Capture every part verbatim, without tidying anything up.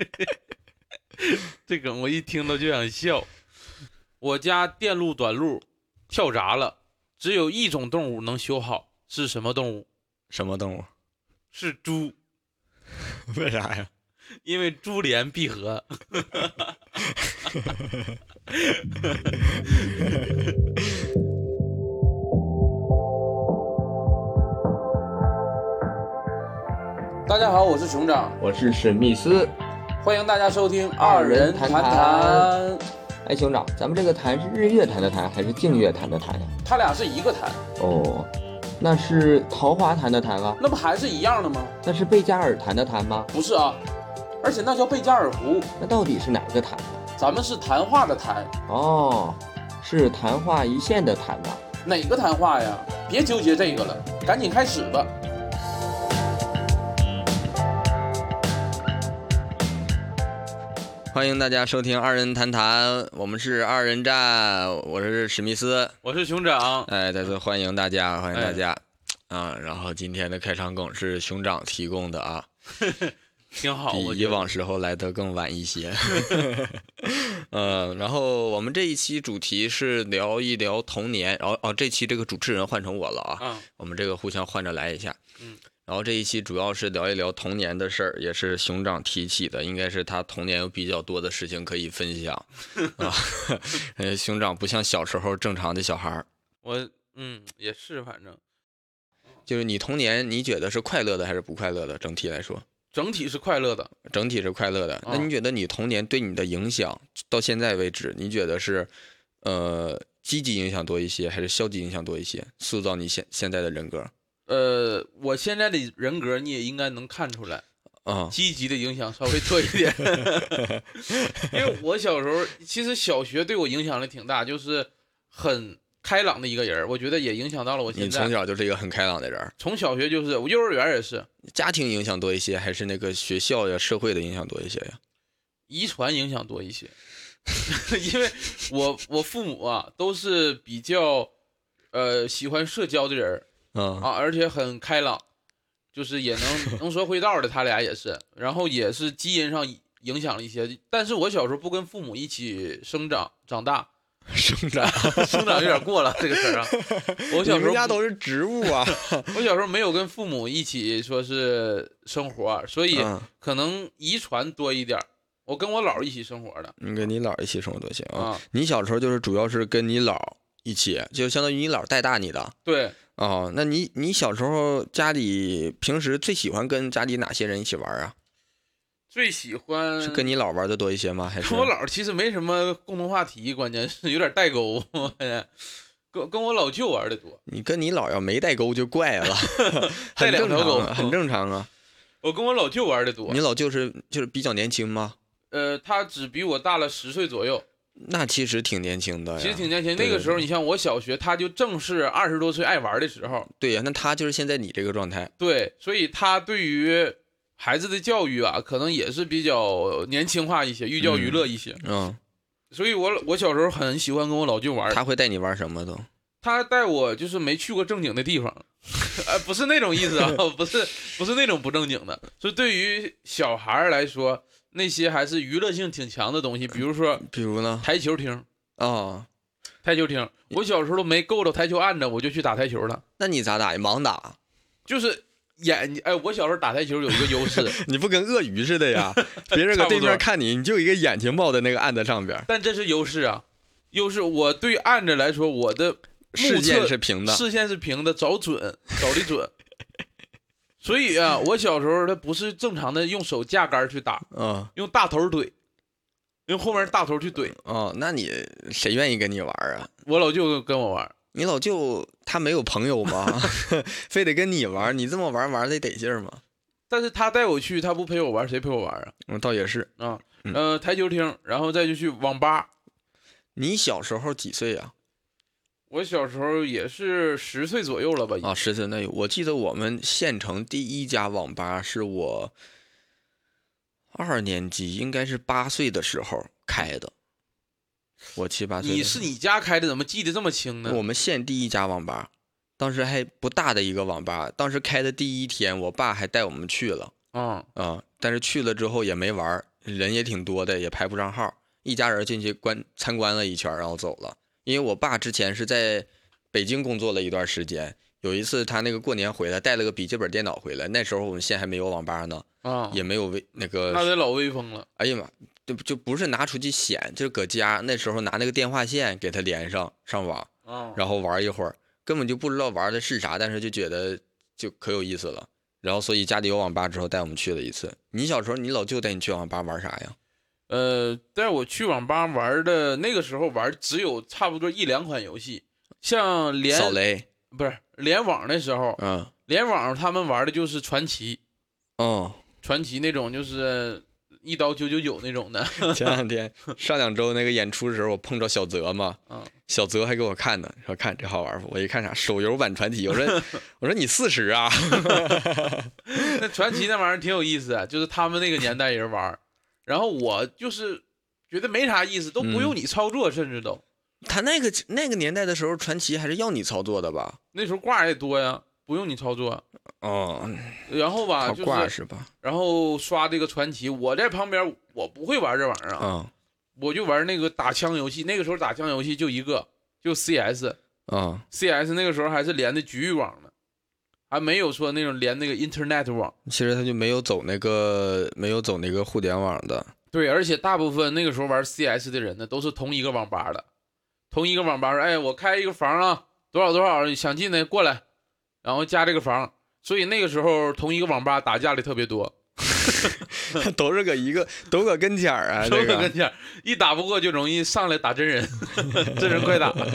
这梗我一听到就想笑。我家电路短路跳闸了，只有一种动物能修好，是什么动物？ 什么动物？ 是猪。 为啥呀？ 因为珠联璧合。大家好，我是熊掌， 我是史密斯， 欢迎大家收听二人谈谈。 哎，熊掌，咱们这个谈是日月潭的谈还是净月潭的谈呀？ 他俩是一个潭。 哦，那是桃花潭的潭啊？ 那不还是一样的吗？ 那是贝加尔潭的潭吗？ 不是啊，而且那叫贝加尔湖。 那到底是哪个潭？ 咱们是谈话的谈。 哦，是昙花一现的谈吧？ 哪个谈话呀？别纠结这个了，赶紧开始吧。 欢迎大家收听二人谈谈，我们是二人战，我是史密斯， 我是熊掌。 哎，再次欢迎大家，欢迎大家、哎、啊！然后今天的开场梗是熊掌提供的啊， 挺好， 比以往时候来得更晚一些。呃，然后我们这一期主题是聊一聊童年，然后哦，这期这个主持人换成我了啊， 嗯、 我们这个互相换着来一下， 嗯。 然后这一期主要是聊一聊童年的事儿，也是熊掌提起的，应该是他童年有比较多的事情可以分享啊。呃，熊掌不像小时候正常的小孩儿， 我嗯也是，反正就是你童年你觉得是快乐的还是不快乐的？整体来说， 整体是快乐的， 整体是快乐的。那你觉得你童年对你的影响到现在为止，你觉得是呃积极影响多一些，还是消极影响多一些，塑造你现现在的人格？ 呃，我现在的人格你也应该能看出来， 啊、嗯， 积极的影响稍微多一点。因为我小时候其实小学对我影响力挺大，就是很开朗的一个人，我觉得也影响到了我现在。 你从小就是一个很开朗的人，从小学就是，我幼儿园也是。 家庭影响多一些，还是那个学校呀、社会的影响多一些呀？ 遗传影响多一些，因为我我父母啊都是比较呃喜欢社交的人。 嗯、 啊，而且很开朗，就是也能能说会道的，他俩也是，然后也是基因上影响了一些。但是我小时候不跟父母一起生长长大， 生长生长有点过了这个词啊。我小时候你们家都是植物啊， 我小时候没有跟父母一起说是生活，所以可能遗传多一点。我跟我姥一起生活的。 你跟你姥一起生活多些啊？ 嗯、 你小时候就是主要是跟你姥一起，就相当于你姥带大你的。 对。 哦，那你你小时候家里平时最喜欢跟家里哪些人一起玩啊？ 最喜欢是跟你姥玩的多一些吗？还是跟我姥其实没什么共同话题，关键是有点代沟。跟跟我老舅玩的多。 你跟你姥要没代沟就怪了， 带两条狗很正常啊。 我跟我老舅玩的多。 你老舅是就是比较年轻吗？ 呃，他只比我大了十岁左右。 那其实挺年轻的呀， 其实挺年轻。那个时候，你像我小学，他就正是二十多岁爱玩的时候。 对呀，那他就是现在你这个状态。 对，所以他对于孩子的教育啊，可能也是比较年轻化一些，寓教于乐一些。 嗯，嗯所以我我小时候很喜欢跟我老舅玩。 他会带你玩什么都？ 他带我就是没去过正经的地方，呃，不是那种意思啊，不是不是那种不正经的。所以对于小孩来说，那些还是娱乐性挺强的东西，比如说， 比如呢， 台球厅啊、哦， 台球厅，我小时候都没够着台球案子，我就去打台球了。 那你咋打呀？盲打？ 就是眼哎，我小时候打台球有一个优势， 你不跟鳄鱼似的呀？别人搁对面看你，你就一个眼睛冒在那个案子上边。 但这是优势啊，优势我对案子来说，我的视线是平的， 视线是平的，找准，找的准。所以啊，我小时候他不是正常的用手架杆去打， 嗯， 用大头怼，用后面大头去怼。 哦，那你谁愿意跟你玩啊？ 我老舅跟我玩。 你老舅他没有朋友吗？非得跟你玩，你这么玩玩的得劲儿吗？ 但是他带我去，他不陪我玩，谁陪我玩啊？ 嗯，倒也是啊，呃，台球厅，然后再就去网吧。 你小时候几岁啊？ 我小时候也是十岁左右了吧？ 啊，十岁那我记得我们县城第一家网吧是我二年级，应该是八岁的时候开的。我七八岁。 你是你家开的，怎么记得这么清呢？ 我们县第一家网吧，当时还不大的一个网吧，当时开的第一天，我爸还带我们去了。 啊、 嗯、啊，但是去了之后也没玩， 人也挺多的，也排不上号，一家人进去观参观了一圈，然后走了。因为我爸之前是在北京工作了一段时间，有一次他那个过年回来带了个笔记本电脑回来，那时候我们县还没有网吧呢， 啊， 也没有微那个， 那得老威风了。 哎呀妈，就就不是拿出去显，就是搁家那时候拿那个电话线给他连上上网， 啊， 然后玩一会儿，根本就不知道玩的是啥，但是就觉得就可有意思了。然后所以家里有网吧之后带我们去了一次。你小时候你老舅带你去网吧玩啥呀？ 呃，带我去网吧玩的那个时候玩只有差不多一两款游戏，像联扫雷不是联网的时候， 嗯， 联网他们玩的就是传奇， 哦， 传奇那种就是一刀九九九那种的。 前两天上两周那个演出的时候，我碰着小泽嘛， 嗯， 小泽还给我看呢，说看这好玩不？我一看啥手游版传奇，我说我说你四十啊？ 那传奇那玩意儿挺有意思的，就是他们那个年代人玩，然后我就是觉得没啥意思，都不用你操作，甚至都。 他那个那个年代的时候，传奇还是要你操作的吧？ 那时候挂也多呀，不用你操作。 哦， 然后吧， 靠挂就是是吧？ 然后刷这个传奇，我在旁边我不会玩这玩意儿啊， 嗯我就玩那个打枪游戏。那个时候打枪游戏就一个，就 C S。 嗯 C S 那个时候还是连的局域网呢，还没有说那种连那个 Internet 网。 其实他就没有走那个没有走那个互联网的。 对，而且大部分那个时候玩 C S 的人呢，都是同一个网吧的，同一个网吧说，哎，我开一个房啊，多少多少，想进的过来，然后加这个房。所以那个时候同一个网吧打架的特别多， 都是搁一个都搁跟前儿啊， 都这个搁跟前，一打不过就容易上来打真人，真人快打。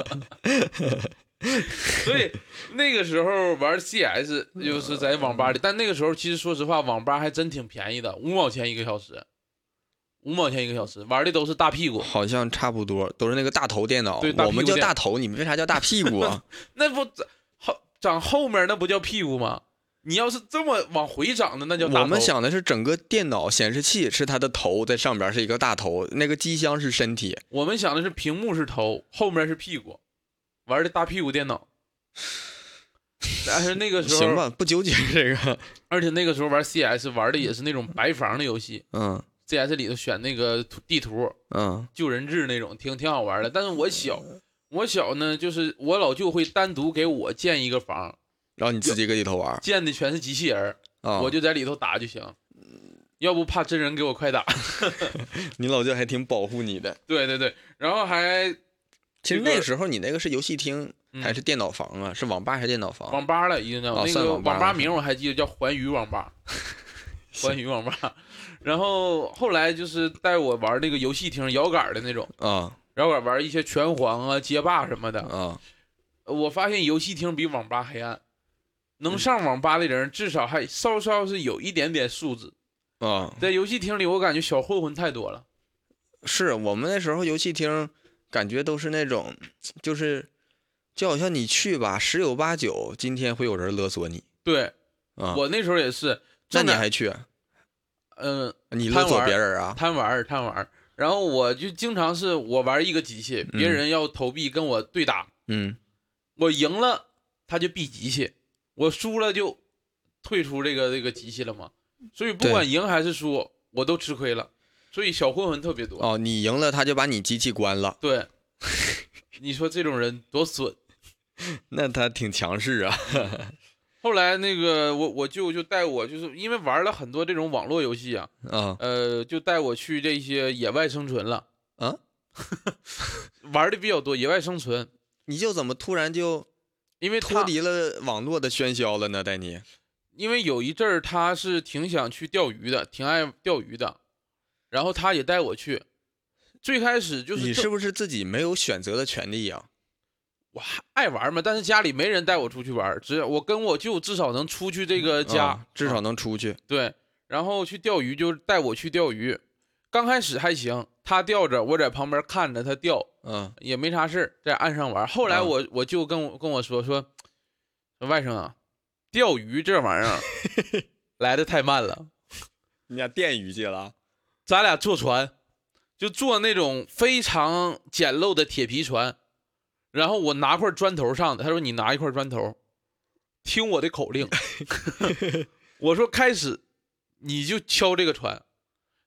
所以那个时候玩 C S 就是在网吧里，但那个时候其实说实话，网吧还真挺便宜的，五毛钱一个小时，五毛钱一个小时，玩的都是大屁股， 好像差不多都是那个大头电脑。 对大屁股我们叫电大头，你们为啥叫大屁股啊？ 那不后长后面那不叫屁股吗？你要是这么往回长的，那叫大头。 我们想的是整个电脑显示器是它的头，在上边是一个大头，那个机箱是身体。 我们想的是屏幕是头，后面是屁股，玩的大屁股电脑。但是那个时候行吧，不纠结这个。 而且那个时候玩 C S 玩的也是那种白房的游戏， 嗯 C S 里头选那个地图嗯救人质那种，挺挺好玩的。但是我小，我小呢，就是我老舅会单独给我建一个房， 然后你自己搁里头玩建的全是机器人， 啊？ 我就在里头打就行，要不怕真人给我快打。 你老舅还挺保护你的。 对对对，然后还其实那个时候你那个是游戏厅嗯还是电脑房啊？是网吧还是电脑房？ 网吧了，已经叫、 哦那个算网吧了网吧名我还记得叫环宇网吧，环宇网吧。然后后来就是带我玩那个游戏厅摇杆的那种， 啊摇杆玩一些拳皇啊、街霸什么的。 啊我发现游戏厅比网吧黑暗，能上网吧的人至少还稍稍是有一点点素质。 啊！ 在游戏厅里，我感觉小混混太多了。 是我们那时候游戏厅，感觉都是那种，就是就好像你去吧，十有八九今天会有人勒索你对、 啊。 我那时候也是， 那正在你还去？ 嗯、 你勒索别人啊？ 贪玩贪玩。然后我就经常是我玩一个机器，别人要投币跟我对打， 嗯， 我赢了他就闭机器，我输了就退出这个这个机器了嘛。所以不管赢还是输，我都吃亏了。所以小混混特别多。 哦，你赢了他就把你机器关了。 对，你说这种人多损。 那他挺强势啊。 后来那个我我舅就带我，就是因为玩了很多这种网络游戏啊， 啊呃，就带我去这些野外生存了。 啊！ 玩的比较多，野外生存。 你就怎么突然就因为他脱离了网络的喧嚣了呢？带你因为有一阵儿他是挺想去钓鱼的，挺爱钓鱼的，然后他也带我去。最开始就是你是不是自己没有选择的权利呀？ 我爱玩嘛，但是家里没人带我出去玩，只我跟我舅至少能出去这个家， 啊至少能出去。 对，然后去钓鱼就带我去钓鱼。刚开始还行，他钓着，我在旁边看着他钓， 嗯也没啥事在岸上玩。后来我、我舅跟我跟我说说，说外甥啊，钓鱼这玩意儿来的太慢了， 你俩电鱼去了？ 咱俩坐船，就坐那种非常简陋的铁皮船，然后我拿块砖头上的，他说你拿一块砖头，听我的口令。我说开始你就敲这个船，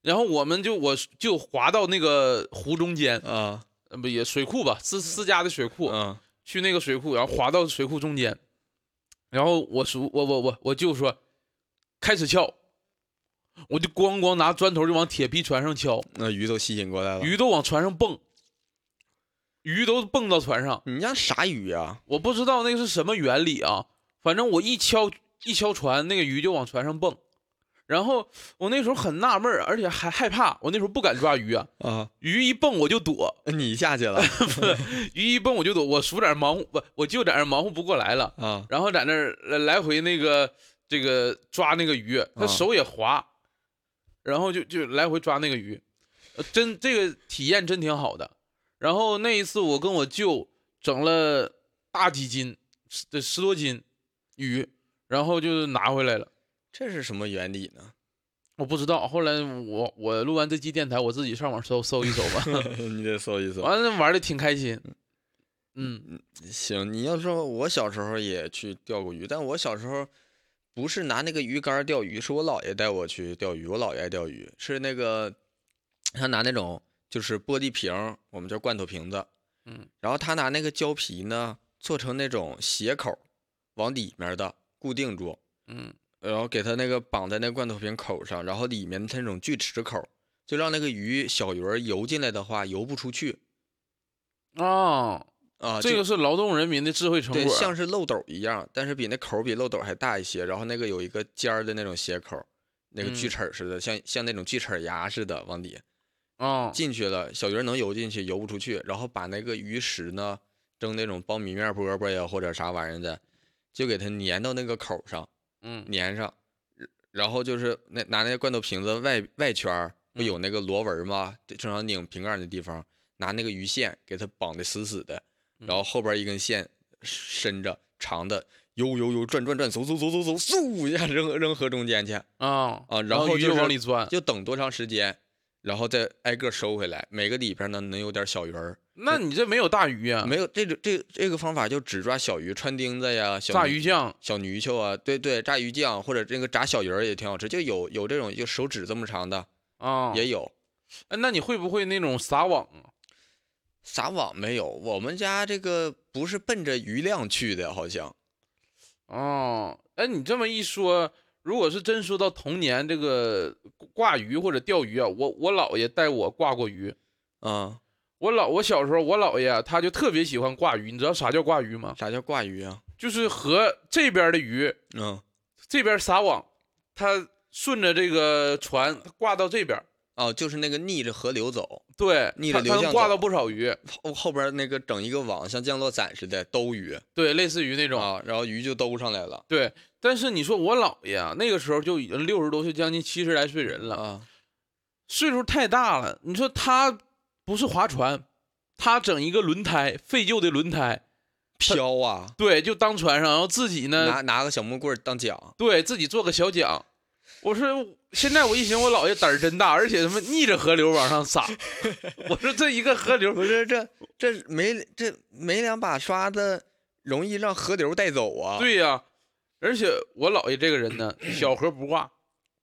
然后我们就我就滑到那个湖中间啊， 呃不也水库吧，私私家的水库， 嗯去那个水库，然后滑到水库中间，然后我叔我我我我就说开始撬，我就咣咣拿砖头就往铁皮船上敲， 那鱼都吸引过来了。 鱼都往船上蹦，鱼都蹦到船上。 你家啥鱼啊？ 我不知道那个是什么原理啊，反正我一敲一敲船，那个鱼就往船上蹦。然后我那时候很纳闷，而且还害怕，我那时候不敢抓鱼啊， 啊， 鱼一蹦我就躲， 你下去了鱼一蹦我就躲，我叔在那忙活，不，我舅在那忙活不过来了， 啊？ 然后在那儿来回那个这个抓那个鱼，他手也滑，然后就就来回抓那个鱼，呃真这个体验真挺好的。然后那一次我跟我舅整了大几斤，十十多斤鱼，然后就拿回来了。 这是什么原理呢？ 我不知道，后来我我录完这期电台，我自己上网搜搜一搜吧。 你得搜一搜。 完了玩的挺开心。嗯， 行，你要说我小时候也去钓过鱼，但我小时候不是拿那个鱼竿钓鱼，是我姥爷带我去钓鱼。我姥爷爱钓鱼，是那个他拿那种就是玻璃瓶，我们叫罐头瓶子， 嗯， 然后他拿那个胶皮呢做成那种斜口，往里面的固定住， 嗯， 然后给它那个绑在那个罐头瓶口上，然后里面它那种锯齿口，就让那个鱼小鱼儿游进来的话游不出去哦， 啊。 这个是劳动人民的智慧成对， 果。 像是漏斗一样，但是比那口比漏斗还大一些，然后那个有一个尖儿的那种斜口，那个锯齿似的，像像那种锯齿牙似的往里哦， 进去了，小鱼儿能游进去，游不出去，然后把那个鱼食呢蒸那种苞米面饽饽呀或者啥玩意儿的，就给它粘到那个口上。 嗯， 粘上，然后就是那拿那个罐头瓶子外外圈不有那个螺纹吗？正常拧瓶盖的地方，拿那个鱼线给它绑得死死的，然后后边一根线伸着长的，游游游转转转，嗖嗖嗖嗖嗖，嗖一下扔扔河中间去啊啊啊！然后鱼就往里钻， 就等多长时间，然后再挨个收回来，每个里边呢能有点小鱼儿。 那你这没有大鱼啊？ 没有这个这这个方法就只抓小鱼，穿钉子呀，小炸鱼酱、 小泥鳅啊，对对，炸鱼酱或者这个炸小鱼儿也挺好吃，就有有这种就手指这么长的啊， 也有。 哎，那你会不会那种撒网啊？ 撒网没有，我们家这个不是奔着鱼量去的，好像。 哦，哎，你这么一说，如果是真说到童年这个挂鱼或者钓鱼啊，我我姥爷带我挂过鱼。 啊、 我老我小时候，我姥爷啊，他就特别喜欢挂鱼。你知道啥叫挂鱼吗？ 啥叫挂鱼啊？ 就是和这边的鱼， 嗯， 这边撒网，他顺着这个船他挂到这边， 哦，就是那个逆着河流走， 对， 逆着他流向走他能挂到不少鱼， 后后边那个整一个网，像降落伞似的兜鱼对，类似于那种。 啊，然后鱼就兜上来了对，但是你说我姥爷啊，那个时候就已经六十多岁，将近七十来岁人了， 啊。 岁数太大了。你说他不是划船，他整一个轮胎，废旧的轮胎， 飘啊， 对，就当船上，然后自己呢， 拿拿个小木棍儿当桨， 对自己做个小桨。我说现在我一寻，我姥爷胆儿真大，而且他妈逆着河流往上撒。我说这一个河流不是这这没这没两把刷子，容易让河流带走啊。 对呀、啊，而且我姥爷这个人呢，小河不挂，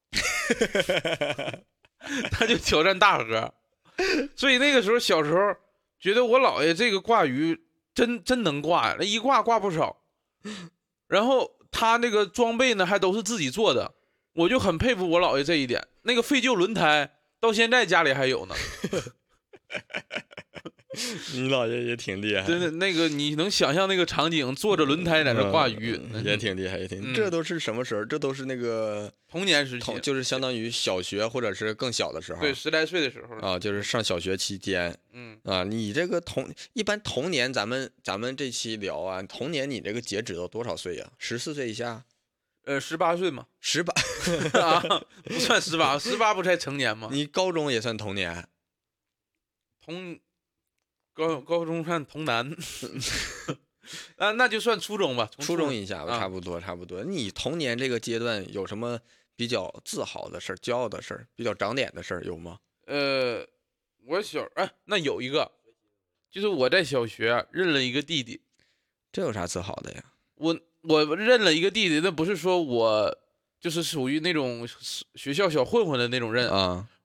他就挑战大河。所以那个时候小时候觉得我姥爷这个挂鱼真真能挂呀，那一挂挂不少。然后他那个装备呢还都是自己做的，我就很佩服我姥爷这一点。那个废旧轮胎到现在家里还有呢。 你姥爷也挺厉害， 真的，那个你能想象那个场景，坐着轮胎在那挂鱼， 嗯也挺厉害，也挺。 嗯这都是什么时候？这都是那个童年时期童，，就是相当于小学或者是更小的时候。 对，十来岁的时候啊，就是上小学期间嗯， 啊。你这个童一般童年，咱们咱们这期聊啊，童年你这个截止到多少岁呀？十四岁以下？ 呃，十八岁嘛， 十八？ 啊，不算十八，十八不才成年吗？ 你高中也算童年？ 童高高中算童男，啊，那就算初中吧，从初中以下吧， 啊差不多差不多。你童年这个阶段有什么比较自豪的事儿、骄傲的事儿、比较长脸的事儿有吗？ 呃，我小哎，那有一个，就是我在小学认了一个弟弟， 这有啥自豪的呀？ 我我认了一个弟弟，那不是说我就是属于那种学校小混混的那种认， 啊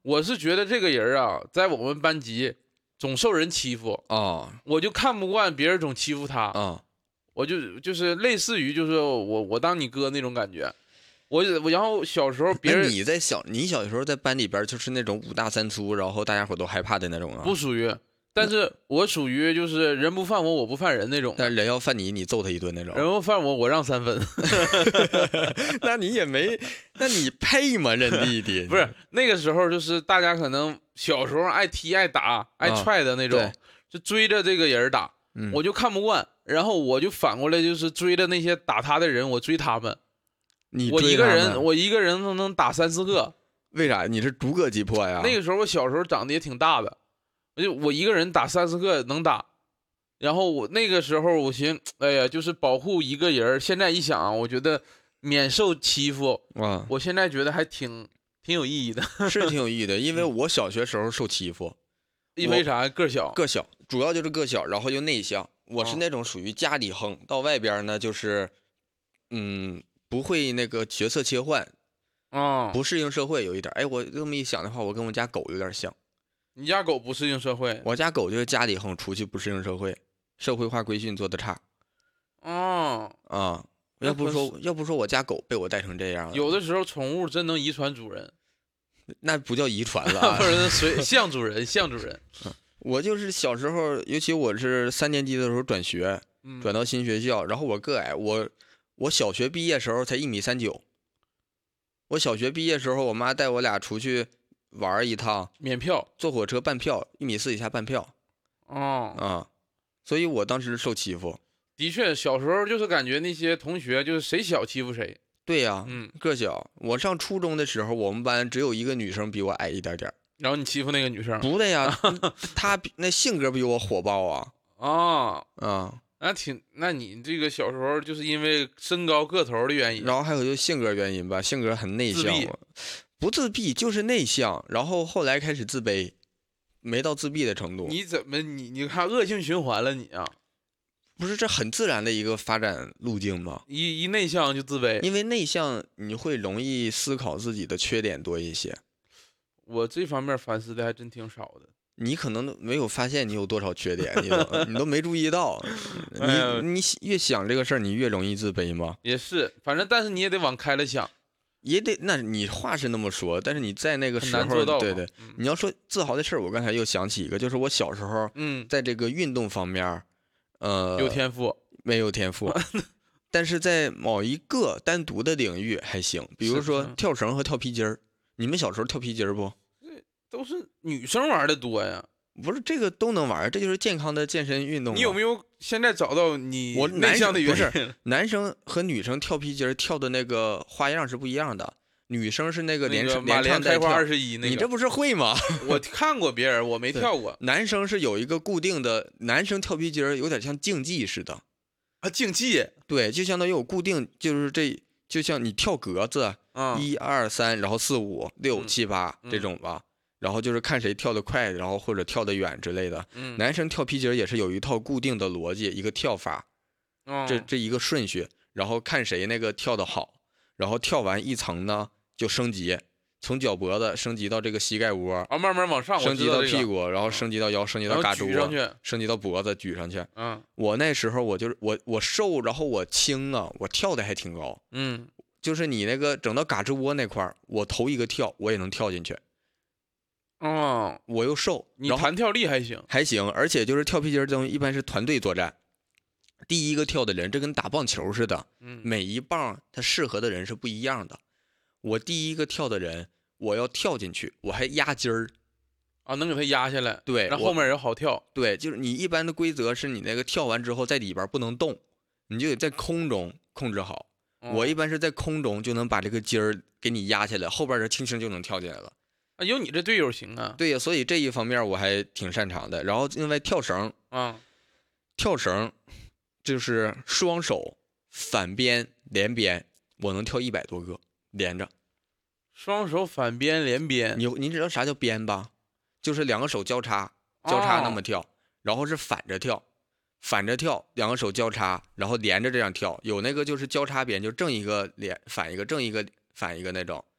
我是觉得这个人啊，在我们班级总受人欺负啊我就看不惯别人总欺负他啊我就就是类似于就是我我当你哥那种感觉。我我然后小时候别人， 那你在小你小时候在班里边就是那种五大三粗，然后大家伙都害怕的那种啊？ 不属于，但是我属于就是人不犯我我不犯人那种， 但是人要犯你，你揍他一顿那种。 人要犯我我让三分。 那你也没，那你配吗？认弟弟不是那个时候就是大家可能小时候爱踢爱打爱踹的那种， 啊、 就追着这个人打、 嗯， 我就看不惯，然后我就反过来就是追着那些打他的人，我追他们。 你我一个人，我一个人都能打三四个， 为啥？你是逐个击破呀？ 那个时候我小时候长得也挺大的，我就我一个人打三四个能打，然后我那个时候我寻，哎呀，就是保护一个人。现在一想啊，我觉得免受欺负， 啊， 我现在觉得还挺挺有意义的， 是挺有意义的。因为我小学时候受欺负， 因为啥？个小， 个小，主要就是个小，然后又内向。我是那种属于家里横，到外边呢就是，嗯。不会那个角色切换， 啊、 嗯，不适应社会有一点。哎，我这么一想的话，我跟我家狗有点像。 你家狗不适应社会？ 我家狗就是家里横，出去不适应社会，社会化规训做的差。 哦， 啊，要不说要不说我家狗被我带成这样了。 有的时候宠物真能遗传主人， 那不叫遗传了、啊， 不是随像主人像主人。 我就是小时候，尤其我是三年级的时候转学， 嗯、 转到新学校，然后我个矮，我。我小学毕业时候才一米三九，我小学毕业时候，我妈带我俩出去玩一趟， 免票， 坐火车半票，一米四以下半票。 哦啊，所以我当时受欺负。 的确，小时候就是感觉那些同学就是谁小欺负谁。 对呀、啊， 嗯， 个小。我上初中的时候，我们班只有一个女生比我矮一点点。 然后你欺负那个女生？ 不的呀，她那性格比我火爆啊。 啊啊。 那挺，那你这个小时候就是因为身高个头的原因， 然后还有就性格原因吧，性格很内向，不自闭就是内向，然后后来开始自卑，没到自闭的程度。 你怎么你你看恶性循环了你啊？ 不是，这很自然的一个发展路径吗？ 一一内向就自卑， 因为内向你会容易思考自己的缺点多一些。 我这方面反思的还真挺少的。 你可能没有发现你有多少缺点，你都你都没注意到。 哎、 你你越想这个事儿，你越容易自卑吗？ 也是，反正但是你也得往开了想， 也得。那你话是那么说，但是你在那个时候，对对、嗯，你要说自豪的事儿，我刚才又想起一个，就是我小时候， 嗯， 在这个运动方面，呃， 有天赋， 没有天赋，但是在某一个单独的领域还行，比如说跳绳和跳皮筋儿。你们小时候跳皮筋儿不？ 都是女生玩的多呀， 不是这个都能玩，这就是健康的健身运动。 你有没有现在找到你我内向的原因？ 不是男生和女生跳皮筋跳的那个花样是不一样的，女生是那个连那个连唱带跳。 二十一，那个你这不是会吗？ 我看过别人，我没跳过。 男生是有一个固定的，男生跳皮筋有点像竞技似的啊，竞技。 对，就相当于有固定，就是这就像你跳格子，一二三，然后四五六七八这种吧。嗯，然后就是看谁跳得快，然后或者跳得远之类的。 嗯， 男生跳皮筋也是有一套固定的逻辑，一个跳法， 哦、 这这一个顺序，然后看谁那个跳得好，然后跳完一层呢就升级，从脚脖子升级到这个膝盖窝， 啊，慢慢往上， 升级到屁股， 这个、 然后升级到腰，升级到嘎吱窝， 升级到脖子，举上去。 嗯， 我那时候我就是我我瘦，然后我轻啊，我跳的还挺高。 嗯， 就是你那个整到嘎吱窝那块我头一个跳我也能跳进去。 哦， 我又瘦， 你弹跳力还行， 还行，而且就是跳皮筋这东西一般是团队作战，第一个跳的人，这跟打棒球似的， 嗯， 每一棒它适合的人是不一样的。我第一个跳的人，我要跳进去，我还压筋儿， 啊，能给他压下来， 对， 让后面人好跳。 对，就是你一般的规则是你那个跳完之后在里边不能动，你就得在空中控制好。 嗯、 我一般是在空中就能把这个筋儿给你压下来，后边人轻轻就能跳进来了。 啊，有你这队友行啊！ 对呀，所以这一方面我还挺擅长的。然后另外跳绳啊， 跳绳就是双手反边连边，我能跳一百多个连着。 双手反边连边， 你你知道啥叫边吧？就是两个手交叉交叉那么跳，哦、然后是反着跳，反着跳，两个手交叉，然后连着这样跳。有那个就是交叉边，就正一个连反一个，正一个反一个那种。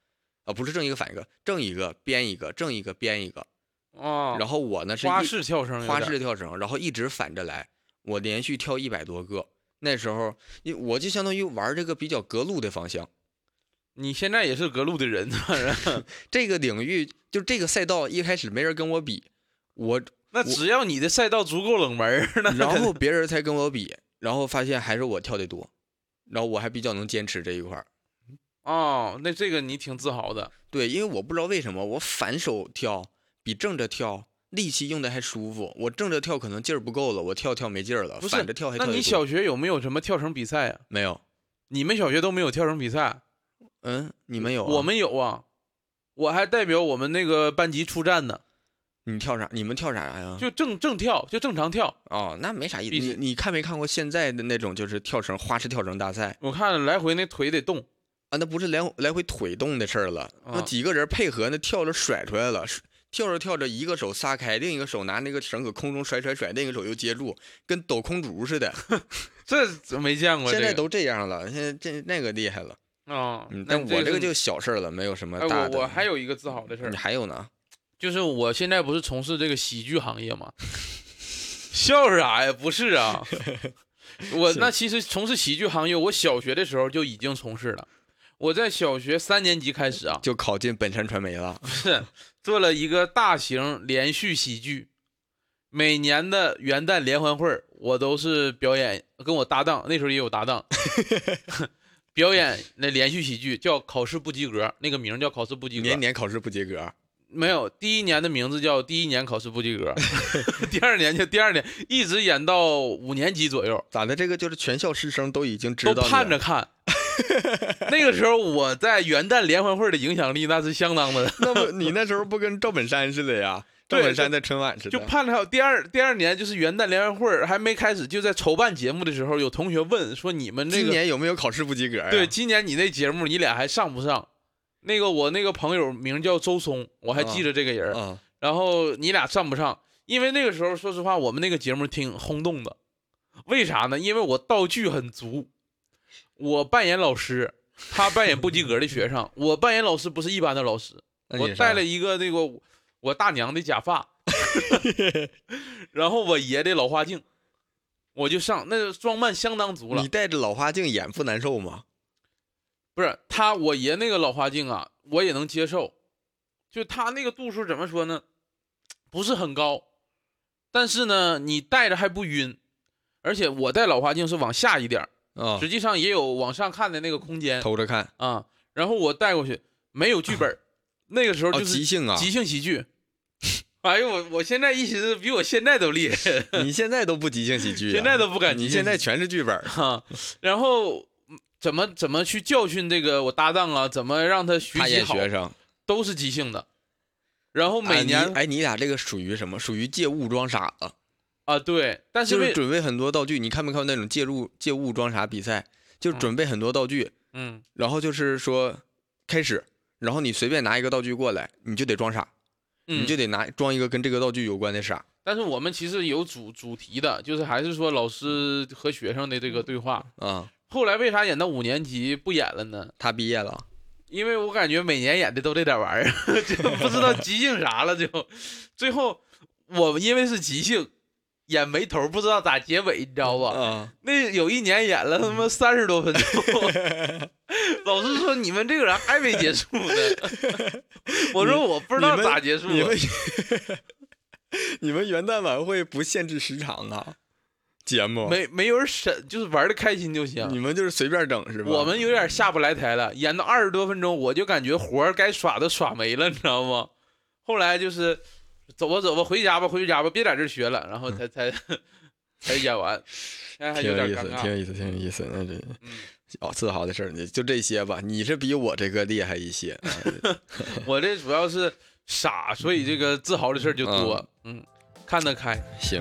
啊，不是正一个反一个，正一个编一个，正一个编一个。 哦， 然后我呢是花一式跳绳有点， 花式跳绳，然后一直反着来，我连续跳一百多个。那时候，因我就相当于玩这个比较格路的方向。 你现在也是格路的人， 这个领域就这个赛道一开始没人跟我比，我那只要你的赛道足够冷门，那然后别人才跟我比，然后发现还是我跳的多，然后我还比较能坚持这一块儿。 哦，那这个你挺自豪的。 对，因为我不知道为什么我反手跳比正着跳力气用的还舒服，我正着跳可能劲儿不够了，我跳跳没劲儿了， 不是反着跳还跳得多。 那你小学有没有什么跳绳比赛啊？ 没有？ 你们小学都没有跳绳比赛？ 嗯，你们有、啊？ 我们有啊，我还代表我们那个班级出战呢。 你跳啥？你们跳啥呀？ 就正正跳，就正常跳。 哦，那没啥意思。你你看没看过现在的那种就是跳绳花式跳绳大赛？ 我看来回那腿得动啊，那不是来来回腿动的事儿了， 啊、 那几个人配合那跳着甩出来了，跳着跳着一个手撒开，另一个手拿那个绳搁空中甩甩甩，另一个手又接住，跟抖空竹似的。 这没见过、这个。 现在都这样了，现在这那个厉害了。 啊、 嗯，但我这个就小事儿了，没有什么大的。 哎、我我还有一个自豪的事儿。 你还有呢？ 就是我现在不是从事这个喜剧行业吗？笑啥呀？不是啊，我那其实从事喜剧行业，我小学的时候就已经从事了。我在小学三年级开始啊， 就考进本山传媒了。 不是，做了一个大型连续喜剧，每年的元旦联欢会我都是表演，跟我搭档那时候也有搭档。表演那连续喜剧叫考试不及格，那个名叫考试不及格， 年年考试不及格。 没有，第一年的名字叫第一年考试不及格，第二年就第二年，一直演到五年级左右。 咋的？这个就是全校师生都已经知道， 都盼着看。那个时候我在元旦联欢会的影响力那是相当的。 那么你那时候不跟赵本山似的呀？赵本山在春晚似的， 就盼着第二第二年就是元旦联欢会还没开始，就在筹办节目的时候，有同学问说你们这个今年有没有考试不及格呀？ 对，今年你那节目你俩还上不上？那个我那个朋友名叫周松，我还记着这个人。 啊啊、 然后你俩上不上？因为那个时候说实话，我们那个节目挺轰动的。为啥呢？因为我道具很足，我扮演老师，他扮演不及格的学生。我扮演老师不是一般的老师，我戴了一个那个我大娘的假发，然后我爷的老花镜，我就上，那装扮相当足了。 你戴着老花镜演不难受吗？ 不是他，我爷那个老花镜啊，我也能接受。就他那个度数怎么说呢？不是很高，但是呢，你戴着还不晕。而且我戴老花镜是往下一点， 啊、哦， 实际上也有往上看的那个空间， 偷着看啊。然后我带过去，没有剧本，啊、那个时候就是即兴啊， 即兴喜剧。哎呦，我我现在意思比我现在都厉害。 你现在都不即兴喜剧、啊， 现在都不敢即兴， 你现在全是剧本哈、啊。然后怎么怎么去教训这个我搭档啊？怎么让他学习好？ 学生都是即兴的。然后每年， 哎，你, 哎你俩这个属于什么？属于借物装傻子啊？对，但是就是准备很多道具。你看没看过那种借物借物装傻比赛？就是准备很多道具， 嗯， 然后就是说开始，然后你随便拿一个道具过来，你就得装傻。 嗯、 你就得拿装一个跟这个道具有关的傻。 但是我们其实有主主题的，就是还是说老师和学生的这个对话啊。 后来为啥演到五年级不演了呢？ 他毕业了， 因为我感觉每年演的都这点玩意儿，就不知道即兴啥了就。最后我们因为是即兴，演没头，不知道咋结尾，你知道吧？ 啊。 那有一年演了他妈三十多分钟，老师说你们这个人还没结束呢。我说我不知道咋结束。 你们你们元旦晚会不限制时长啊？节目没没有人审，就是玩的开心就行。 你们就是随便整是吧？ 我们有点下不来台了，演到二十多分钟，我就感觉活儿该耍的耍没了，你知道吗？后来就是走吧走吧，回家吧回家吧，别在这学了，然后才、嗯、才才演完。还有点尴尬， 挺有意思，挺有意思，挺有意思。那这嗯， 哦，自豪的事儿，就这些吧。你是比我这个厉害一些， 我这主要是傻，所以这个自豪的事儿就多。嗯，嗯看得开。 行。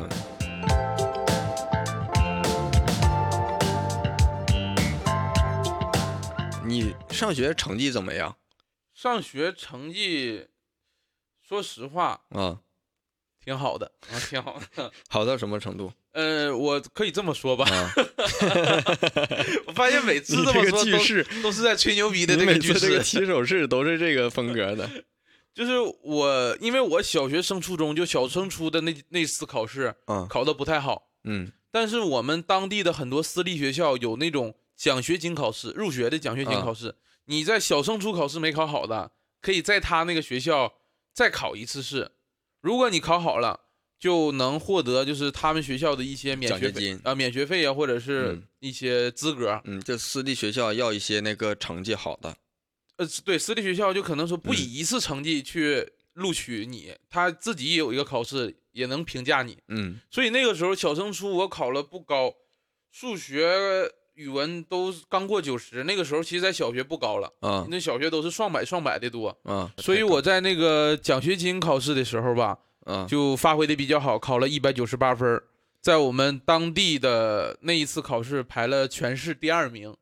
你上学成绩怎么样？ 上学成绩，说实话啊， 挺好的啊，挺好的。 好到什么程度？ 呃，我可以这么说吧， 啊、 我发现每次这么说都是都是在吹牛逼的这个句式， 每次这个起手式都是这个风格的。 就是我，因为我小学升初中就小升初的那那次考试， 嗯， 考的不太好， 嗯， 但是我们当地的很多私立学校有那种奖学金考试，入学的奖学金考试，嗯、你在小升初考试没考好的，可以在他那个学校再考一次试，如果你考好了，就能获得就是他们学校的一些免学费啊、呃，免学费啊，或者是一些资格。 嗯，就私立学校要一些那个成绩好的。 呃，对，私立学校就可能说不以一次成绩去录取你，嗯、他自己也有一个考试，也能评价你。 嗯， 所以那个时候小升初我考了不高，数学、语文都刚过九十。那个时候其实在小学不高了啊， 那小学都是双百、双百的多啊。 所以我在那个奖学金考试的时候吧， 啊， 就发挥的比较好，考了一百九十八分，在我们当地的那一次考试排了全市第二名。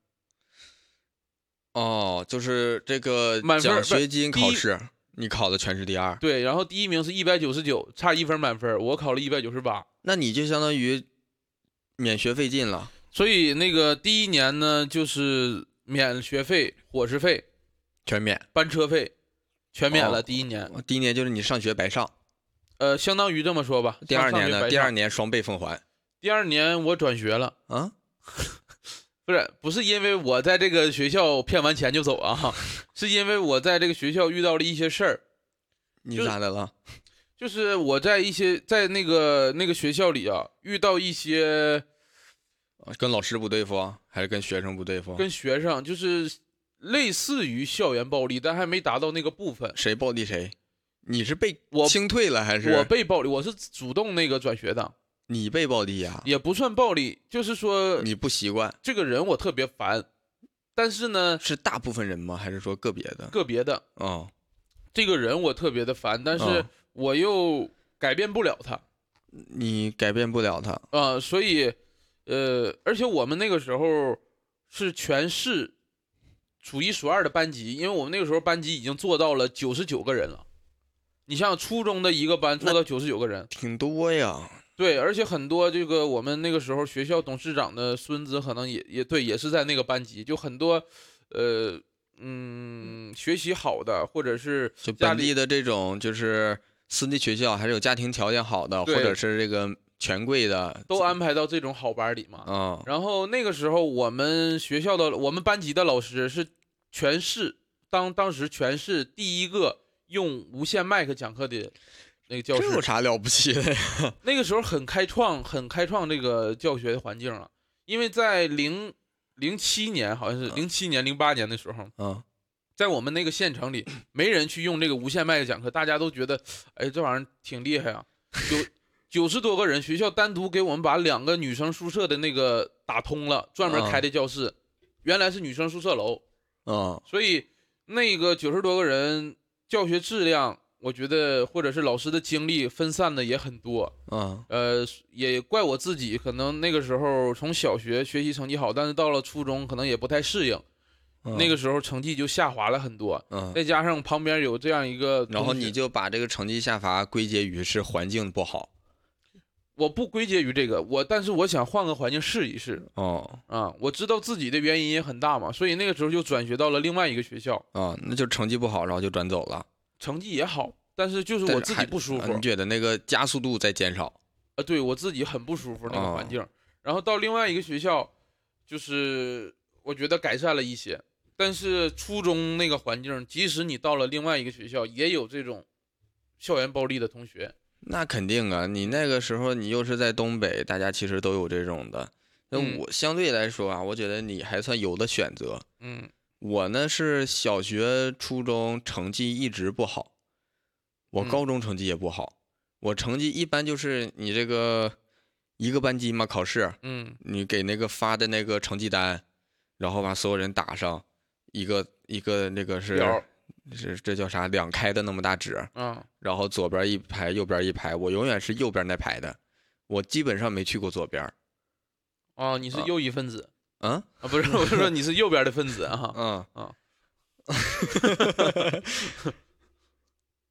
哦，就是这个奖学金考试，你考的全市第二。 对，然后第一名是一百九十九，差一分满分，我考了一百九十八。 那你就相当于免学费进了。 所以那个第一年呢，就是免学费、伙食费全免， 班车费全免了。 哦、 第一年， 第一年就是你上学白上。 呃，相当于这么说吧。 第二年呢？第二年双倍奉还。 第二年我转学了啊。 不是不是因为我在这个学校骗完钱就走啊，是因为我在这个学校遇到了一些事儿。 你咋的了？ 就是我在一些在那个那个学校里啊，遇到一些跟老师不对付啊，还是跟学生不对付？ 跟学生就是类似于校园暴力，但还没达到那个部分。 谁暴力谁？你是被清退了还是？ 我被暴力，我是主动那个转学的。 你被暴力呀、啊？ 也不算暴力，就是说你不习惯这个人，我特别烦。但是呢， 是大部分人吗？还是说个别的？ 个别的。 哦， 这个人我特别的烦，但是我又改变不了他。 你改变不了他啊、呃，所以，呃，而且我们那个时候是全市数一数二的班级，因为我们那个时候班级已经做到了九十九个人了。你像初中的一个班做到九十九个人， 挺多呀。 对，而且很多这个我们那个时候学校董事长的孙子可能也也对，也是在那个班级，就很多，呃，嗯，学习好的或者是就本地的这种就是私立学校，还是有家庭条件好的，或者是这个权贵的， 都安排到这种好班里嘛。 啊、哦， 然后那个时候我们学校的我们班级的老师是全市当当时全市第一个用无线麦克讲课的。那个教室这有啥了不起的呀？ 那个时候很开创，很开创这个教学环境了。因为在零零七年，好像是零七年、零八年的时候， 嗯， 在我们那个县城里，没人去用这个无线麦克讲课，大家都觉得，哎，这玩意儿挺厉害啊。有九十多个人，学校单独给我们把两个女生宿舍的那个打通了，专门开的教室，嗯、原来是女生宿舍楼， 嗯， 所以那个九十多个人，教学质量。我觉得，或者是老师的精力分散的也很多， 嗯， 呃，也怪我自己，可能那个时候从小学学习成绩好，但是到了初中可能也不太适应，嗯、那个时候成绩就下滑了很多， 嗯， 再加上旁边有这样一个， 然后你就把这个成绩下滑归结于是环境不好。 我不归结于这个，我但是我想换个环境试一试， 哦， 啊，我知道自己的原因也很大嘛，所以那个时候就转学到了另外一个学校， 啊，那就成绩不好，然后就转走了。 成绩也好，但是就是我自己不舒服。 你觉得那个加速度在减少？ 啊，对我自己很不舒服那个环境。哦、然后到另外一个学校，就是我觉得改善了一些，但是初中那个环境，即使你到了另外一个学校，也有这种校园暴力的同学。 那肯定啊，你那个时候你又是在东北，大家其实都有这种的。那我相对来说啊，嗯、我觉得你还算有的选择。 嗯。 我呢是小学、初中成绩一直不好，我高中成绩也不好，嗯、我成绩一般就是你这个一个班级嘛，考试， 嗯， 你给那个发的那个成绩单，然后把所有人打上一个一个那个是是这叫啥两开的那么大纸， 嗯， 然后左边一排，右边一排，我永远是右边那排的，我基本上没去过左边。 哦，你是右翼分子。 嗯啊，不是，我是说你是右边的分子啊。 嗯啊。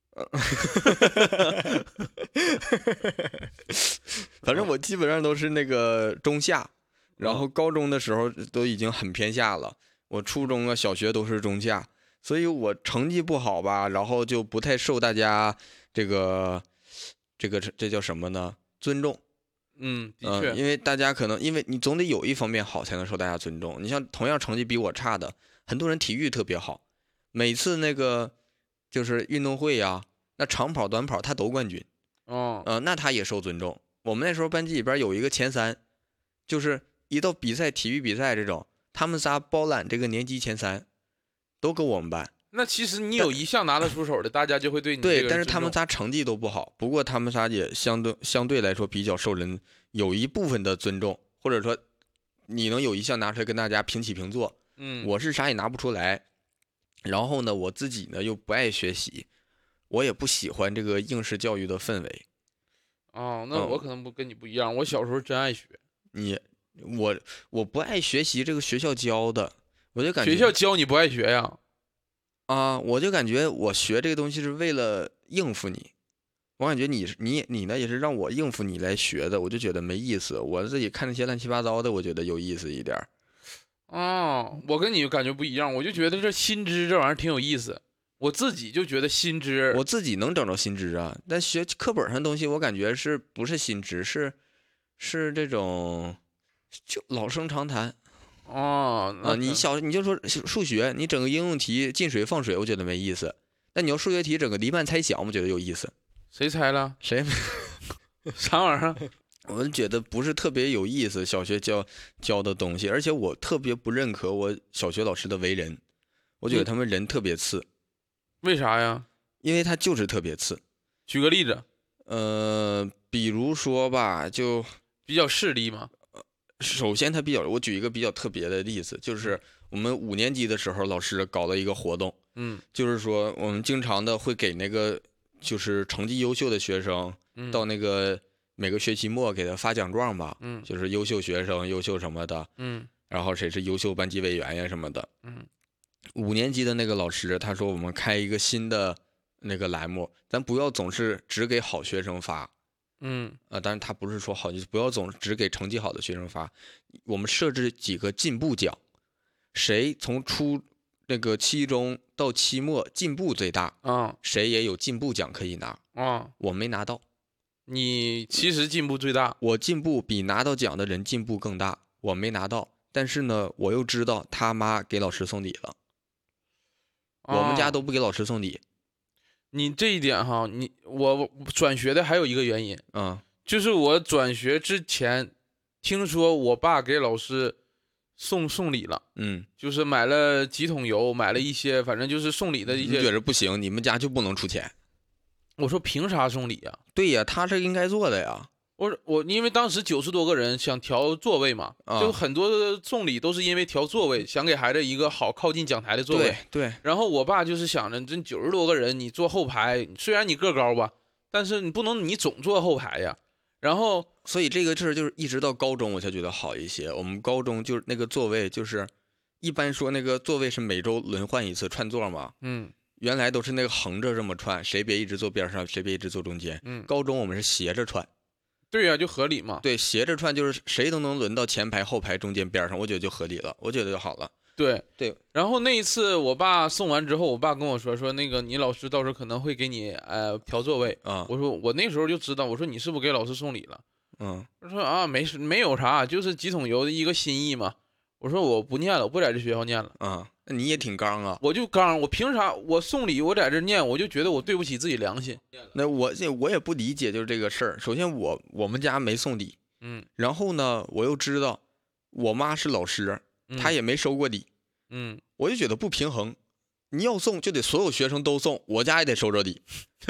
反正我基本上都是那个中下，然后高中的时候都已经很偏下了。我初中啊、小学都是中下，所以我成绩不好吧，然后就不太受大家这个这个这叫什么呢？尊重。 嗯，的确、 嗯，因为大家可能因为你总得有一方面好才能受大家尊重。你像同样成绩比我差的，很多人体育特别好，每次那个就是运动会呀、那长跑、短跑他都冠军。 哦， 呃，那他也受尊重。我们那时候班级里边有一个前三，就是一到比赛、体育比赛这种，他们仨包揽这个年级前三，都跟我们班。 那其实你有一项拿得出手的，大家就会对你对， 这个但是他们尊重仨成绩都不好，不过他们仨也相对相对来说比较受人有一部分的尊重，或者说你能有一项拿出来跟大家平起平坐。 嗯， 我是啥也拿不出来，然后呢，我自己呢又不爱学习，我也不喜欢这个应试教育的氛围。 哦，那我嗯可能不跟你不一样，我小时候真爱学， 你我我不爱学习这个学校教的，我就感觉学校教你不爱学呀。 啊，我就感觉我学这个东西是为了应付你，我感觉你是你你呢也是让我应付你来学的，我就觉得没意思。我自己看那些乱七八糟的，我觉得有意思一点儿。 哦，我跟你感觉不一样，我就觉得这新知这玩意儿挺有意思，我自己就觉得新知， 我自己能整着新知啊，但学课本上的东西，我感觉是不是新知，是是这种就老生常谈哦，那啊。你可小你就说数学，你整个应用题进水放水，我觉得没意思。但你要数学题整个离漫猜想，我觉得有意思。 谁猜了？ 谁？ 啥玩意儿？ 我觉得不是特别有意思，小学教教的东西，而且我特别不认可我小学老师的为人，我觉得嗯他们人特别次， 为啥呀？ 因为他就是特别次。 举个例子， 呃，比如说吧，就比较势利嘛。 首先他比较，我举一个比较特别的例子，就是我们五年级的时候，老师搞了一个活动， 嗯就是说我们经常的会给那个就是成绩优秀的学生嗯， 到那个每个学期末给他发奖状吧， 嗯就是优秀学生、优秀什么的， 嗯然后谁是优秀班级委员呀什么的。 嗯五年级的那个老师他说我们开一个新的那个栏目，咱不要总是只给好学生发。 嗯啊，当然他不是说好，就是不要总只给成绩好的学生发，我们设置几个进步奖，谁从初那个期中到期末进步最大， 啊谁也有进步奖可以拿。 啊， 我没拿到， 你其实进步最大。 我进步比拿到奖的人进步更大，我没拿到，但是呢，我又知道他妈给老师送礼了，我们家啊都不给老师送礼。 你这一点哈，你我转学的还有一个原因， 嗯就是我转学之前听说我爸给老师送送礼了， 嗯， 就是买了几桶油，买了一些，反正就是送礼的一你觉些。 着不行，你们家就不能出钱？ 我说凭啥送礼呀？ 对呀，他是应该做的呀。 我我因为当时九十多个人想调座位嘛， 啊就很多送礼都是因为调座位，想给孩子一个好靠近讲台的座位对。对， 然后我爸就是想着，这九十多个人你坐后排，虽然你个高吧，但是你不能你总坐后排呀。然后所以这个事儿就是一直到高中我才觉得好一些。我们高中就是那个座位，就是一般说那个座位是每周轮换一次串座嘛， 嗯原来都是那个横着这么串，谁别一直坐边上，谁别一直坐中间。 嗯， 高中我们是斜着串， 对呀、就合理嘛。 对，斜着串就是谁都能轮到前排、后排、中间、边上，我觉得就合理了，我觉得就好了。 对对。 然后那一次我爸送完之后，我爸跟我说说那个你老师到时候可能会给你呃调座位。 啊， 我说我那时候就知道，我说你是不是给老师送礼了？ 嗯他说啊没事没有啥，就是几桶油的一个心意嘛。我说我不念了，我不在这学校念了。 啊，那你也挺刚啊。 我就刚，我凭啥我送礼我在这念，我就觉得我对不起自己良心。 那我这我也不理解，就是这个事儿。首先我我们家没送礼， 嗯， 然后呢，我又知道我妈是老师， 嗯她也没收过礼， 嗯， 我就觉得不平衡。你要送就得所有学生都送，我家也得收着礼。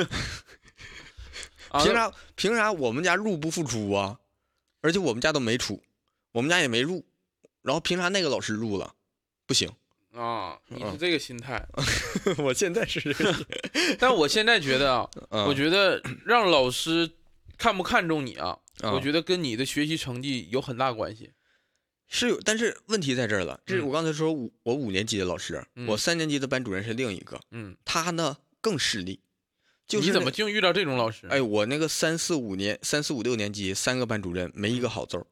啊凭啥？凭啥我们家入不敷出啊？而且我们家都没出，我们家也没入，然后凭啥那个老师入了？不行， 啊？你嗯是这个心态， 我现在是这个。 但我现在觉得啊， 嗯我觉得让老师看不看重你啊， 嗯我觉得跟你的学习成绩有很大关系。 是有，但是问题在这儿了。这是嗯我刚才说五，我五年级的老师， 嗯我三年级的班主任是另一个， 嗯他呢更势利。 就是你怎么净遇到这种老师？ 哎，我那个三四五年、三四五六年级三个班主任没一个好字儿。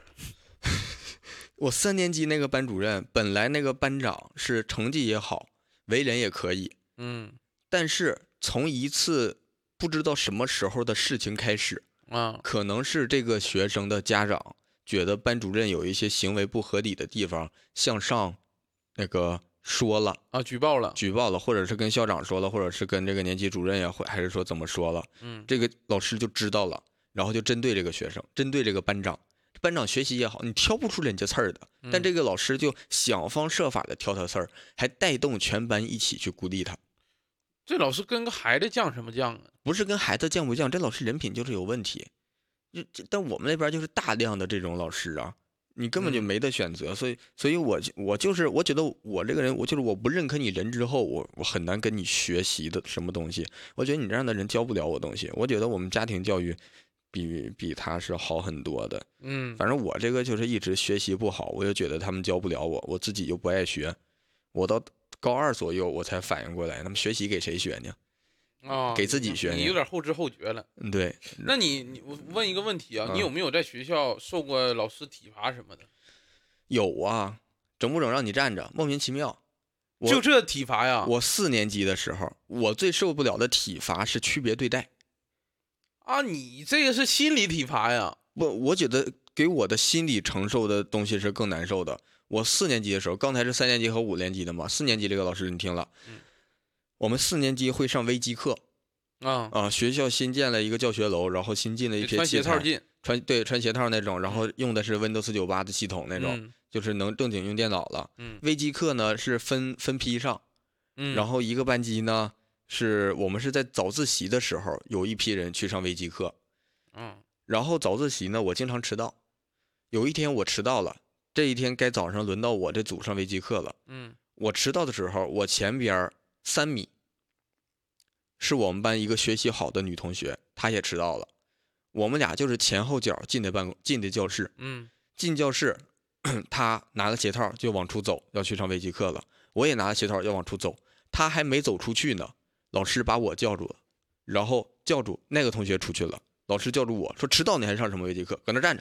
我三年级那个班主任，本来那个班长是成绩也好，为人也可以， 嗯但是从一次不知道什么时候的事情开始， 啊可能是这个学生的家长觉得班主任有一些行为不合理的地方，向上那个说了。 啊，举报了， 举报了，或者是跟校长说了，或者是跟这个年级主任也会，还是说怎么说了， 嗯这个老师就知道了，然后就针对这个学生，针对这个班长。班长学习也好，你挑不出人家刺儿的，但这个老师就想方设法的挑他刺儿，还带动全班一起去孤立他。 这老师跟个孩子犟什么犟啊？ 不是跟孩子犟不犟，这老师人品就是有问题。就这但我们那边就是大量的这种老师啊，你根本就没得选择，所以，所以我我就是我觉得我这个人，我就是我不认可你人之后，我我很难跟你学习的什么东西。我觉得你这样的人教不了我东西。我觉得我们家庭教育比比他是好很多的。 嗯， 反正我这个就是一直学习不好，我就觉得他们教不了我，我自己又不爱学。我到高二左右我才反应过来，他们学习给谁学呢？ 啊， 给自己学呢你有点后知后觉了。 嗯，对。 那你你我问一个问题啊， 嗯你有没有在学校受过老师体罚什么的？ 有啊，整不整让你站着，莫名其妙。我就这体罚呀？ 我四年级的时候，我最受不了的体罚是区别对待。 啊，你这个是心理体罚呀？ 不，我觉得给我的心理承受的东西是更难受的。我四年级的时候，刚才是三年级和五年级的嘛，四年级这个老师你听了， 嗯我们四年级会上微机课啊， 啊，学校新建了一个教学楼，然后新进了一些穿器材， 鞋套进穿对穿鞋套那种，然后用的是 Windows 九八的系统那种， 嗯就是能正经用电脑了。 嗯微机课呢是分分批上， 嗯， 然后一个班级呢是我们是在早自习的时候有一批人去上微机课， 嗯然后早自习呢我经常迟到，有一天我迟到了，这一天该早上轮到我这组上微机课了。 嗯我迟到的时候，我前边三米是我们班一个学习好的女同学，她也迟到了。我们俩就是前后脚进的办公进的教室， 嗯进教室，她拿了鞋套就往出走，要去上微机课了。我也拿了鞋套要往出走，她还没走出去呢，老师把我叫住了，然后叫住那个同学出去了。老师叫住我说：“迟到你还上什么微机课？搁那站着。”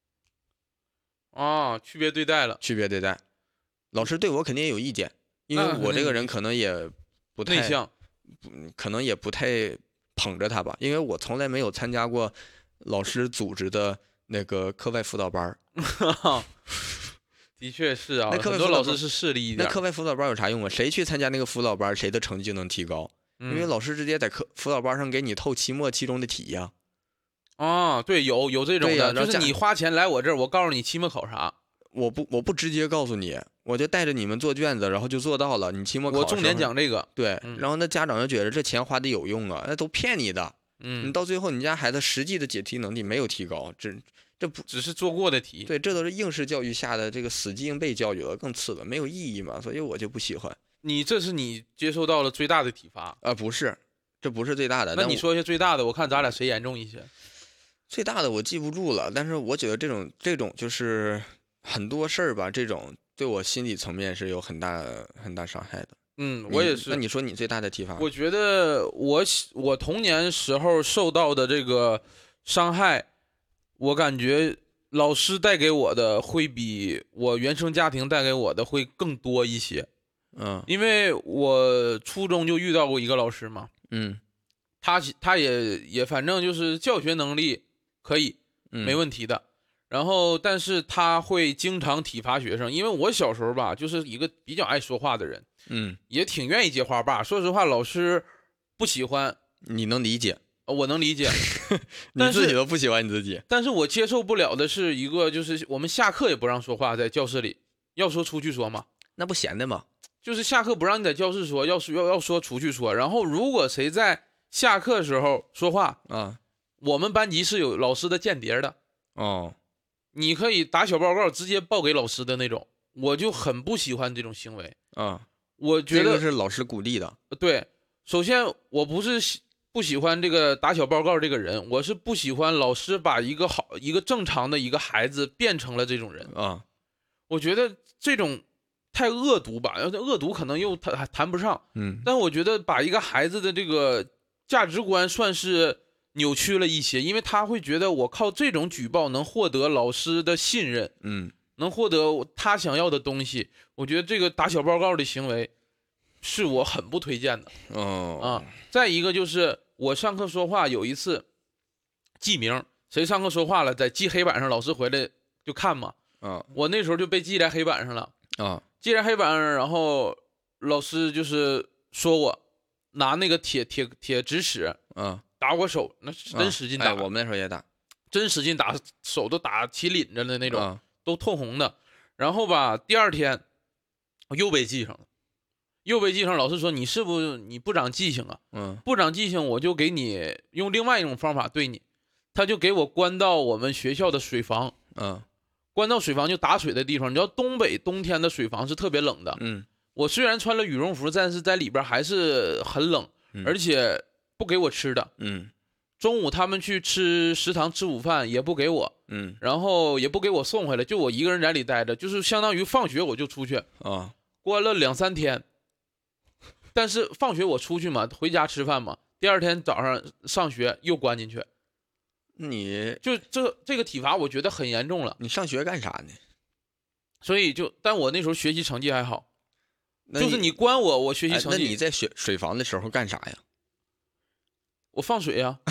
啊，区别对待了， 区别对待。老师对我肯定也有意见，因为那我这个人可能也不太内向。 可能也不太捧着他吧，因为我从来没有参加过老师组织的那个课外辅导班儿。 的确是啊， 那课外很多辅导班老师是势利一那点。 课外辅导班有啥用啊？谁去参加那个辅导班，谁的成绩就能提高，因为嗯老师直接在课辅导班上给你透期末、期中的题呀。 啊，对，有有这种的， 对呀然后家就是你花钱来我这儿，我告诉你期末考啥， 我不我不直接告诉你，我就带着你们做卷子，然后就做到了。你期末考我重点试讲这个。 对， 嗯然后那家长就觉得这钱花的有用啊，那都骗你的。你嗯， 到最后，你家孩子实际的解题能力没有提高，这这不只是做过的题。 对，这都是应试教育下的这个死记硬背教育了，更次了，没有意义嘛，所以我就不喜欢。 你这是你接受到了最大的体罚。 啊、不是，这不是最大的。但我那你说一下最大的，我看咱俩谁严重一些。 最大的我记不住了，但是我觉得这种这种就是很多事儿吧，这种对我心理层面是有很大很大伤害的。 嗯， 你我也是。 那你说你最大的体罚？ 我觉得我我童年时候受到的这个伤害，我感觉老师带给我的会比我原生家庭带给我的会更多一些。 嗯因为我初中就遇到过一个老师嘛， 嗯他他也也反正就是教学能力可以， 嗯， 没问题的。然后，但是他会经常体罚学生，因为我小时候吧，就是一个比较爱说话的人， 嗯， 也挺愿意接花把。说实话，老师不喜欢， 你能理解， 呃我能理解， 你但是自己都不喜欢你自己。 但是我接受不了的是一个，就是我们下课也不让说话，在教室里要说出去说嘛， 那不闲的吗？ 就是下课不让你在教室说，要说要要说出去说。然后如果谁在下课时候说话， 啊我们班级是有老师的间谍的。 哦， 你可以打小报告直接报给老师的那种，我就很不喜欢这种行为。 啊， 我觉得、 这个是老师鼓励的。 对，首先我不是喜不喜欢这个打小报告这个人，我是不喜欢老师把一个好一个正常的一个孩子变成了这种人。 啊， 我觉得这种太恶毒吧，要是恶毒可能又谈谈不上， 嗯但我觉得把一个孩子的这个价值观算是扭曲了一些，因为他会觉得我靠这种举报能获得老师的信任， 嗯， 能获得他想要的东西。我觉得这个打小报告的行为是我很不推荐的。 哦啊，再一个就是我上课说话有一次记名，谁上课说话了，在记黑板上，老师回来就看嘛。 啊我那时候就被记在黑板上了， 啊记在黑板上，然后老师就是说我拿那个铁铁铁直尺啊， 打我手，那是真使劲打， 哎，我们那时候也打真使劲打，手都打起鳞着的那种， 啊都透红的。然后吧，第二天我又被记上了，又被记上。老师说你是不是你不长记性啊？ 嗯不长记性，我就给你用另外一种方法对你。他就给我关到我们学校的水房， 嗯关到水房就打水的地方。你知道东北冬天的水房是特别冷的， 嗯我虽然穿了羽绒服，但是在里边还是很冷， 嗯而且不给我吃的。 嗯中午他们去吃食堂吃午饭也不给我， 嗯然后也不给我送回来，就我一个人在里待着，就是相当于放学我就出去， 啊关了两三天。但是放学我出去嘛，回家吃饭嘛，第二天早上上学又关进去， 你就这这个体罚我觉得很严重了。 你上学干啥呢？ 所以就，但我那时候学习成绩还好， 那就是你关我，我学习哎成绩， 那你在学水房的时候干啥呀？ 我放水呀、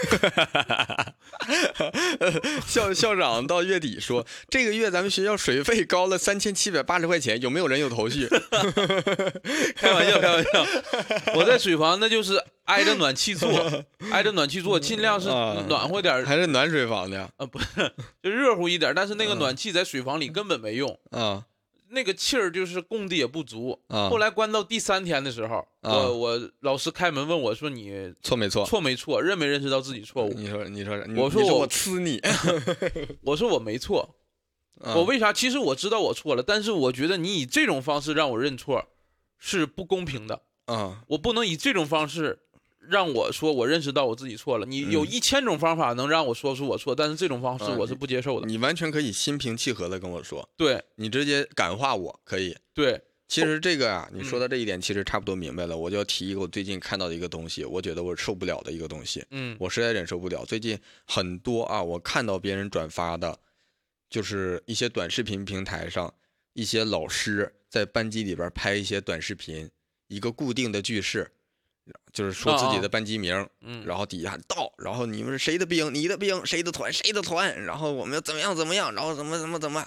校校长到月底说，这个月咱们学校水费高了三千七百八十块钱，有没有人有头绪？ 开玩笑，开玩笑。我在水房那就是挨着暖气坐，挨着暖气坐，尽量是啊暖和点儿， 还是暖水房的啊不是，就热乎一点。但是那个暖气在水房里根本没用， 啊那个气儿就是供的也不足。 啊？ 后来关到第三天的时候， 啊我我老师开门问我说：“你错没错？ 错没错？认没认识到自己错误你说你说你我说我你说我呲你，？” 我说我没错。 啊我为啥？其实我知道我错了，但是我觉得你以这种方式让我认错是不公平的。 啊我不能以这种方式让我说我认识到我自己错了。你有嗯一千种方法能让我说出我错，但是这种方式啊我是不接受的。 你完全可以心平气和的跟我说， 对你直接感化我可以。 对， 其实这个啊，你说嗯到这一点，其实差不多明白了。我就要提一个我最近看到的一个东西，我觉得我受不了的一个东西， 嗯我实在忍受不了。最近很多啊，我看到别人转发的，就是一些短视频平台上，一些老师在班级里边拍一些短视频，一个固定的句式，就是说自己的班级名， 嗯， 然后底下到，然后你们是谁的兵，你的兵，谁的团，谁的团，然后我们要怎么样怎么样，然后怎么怎么怎么，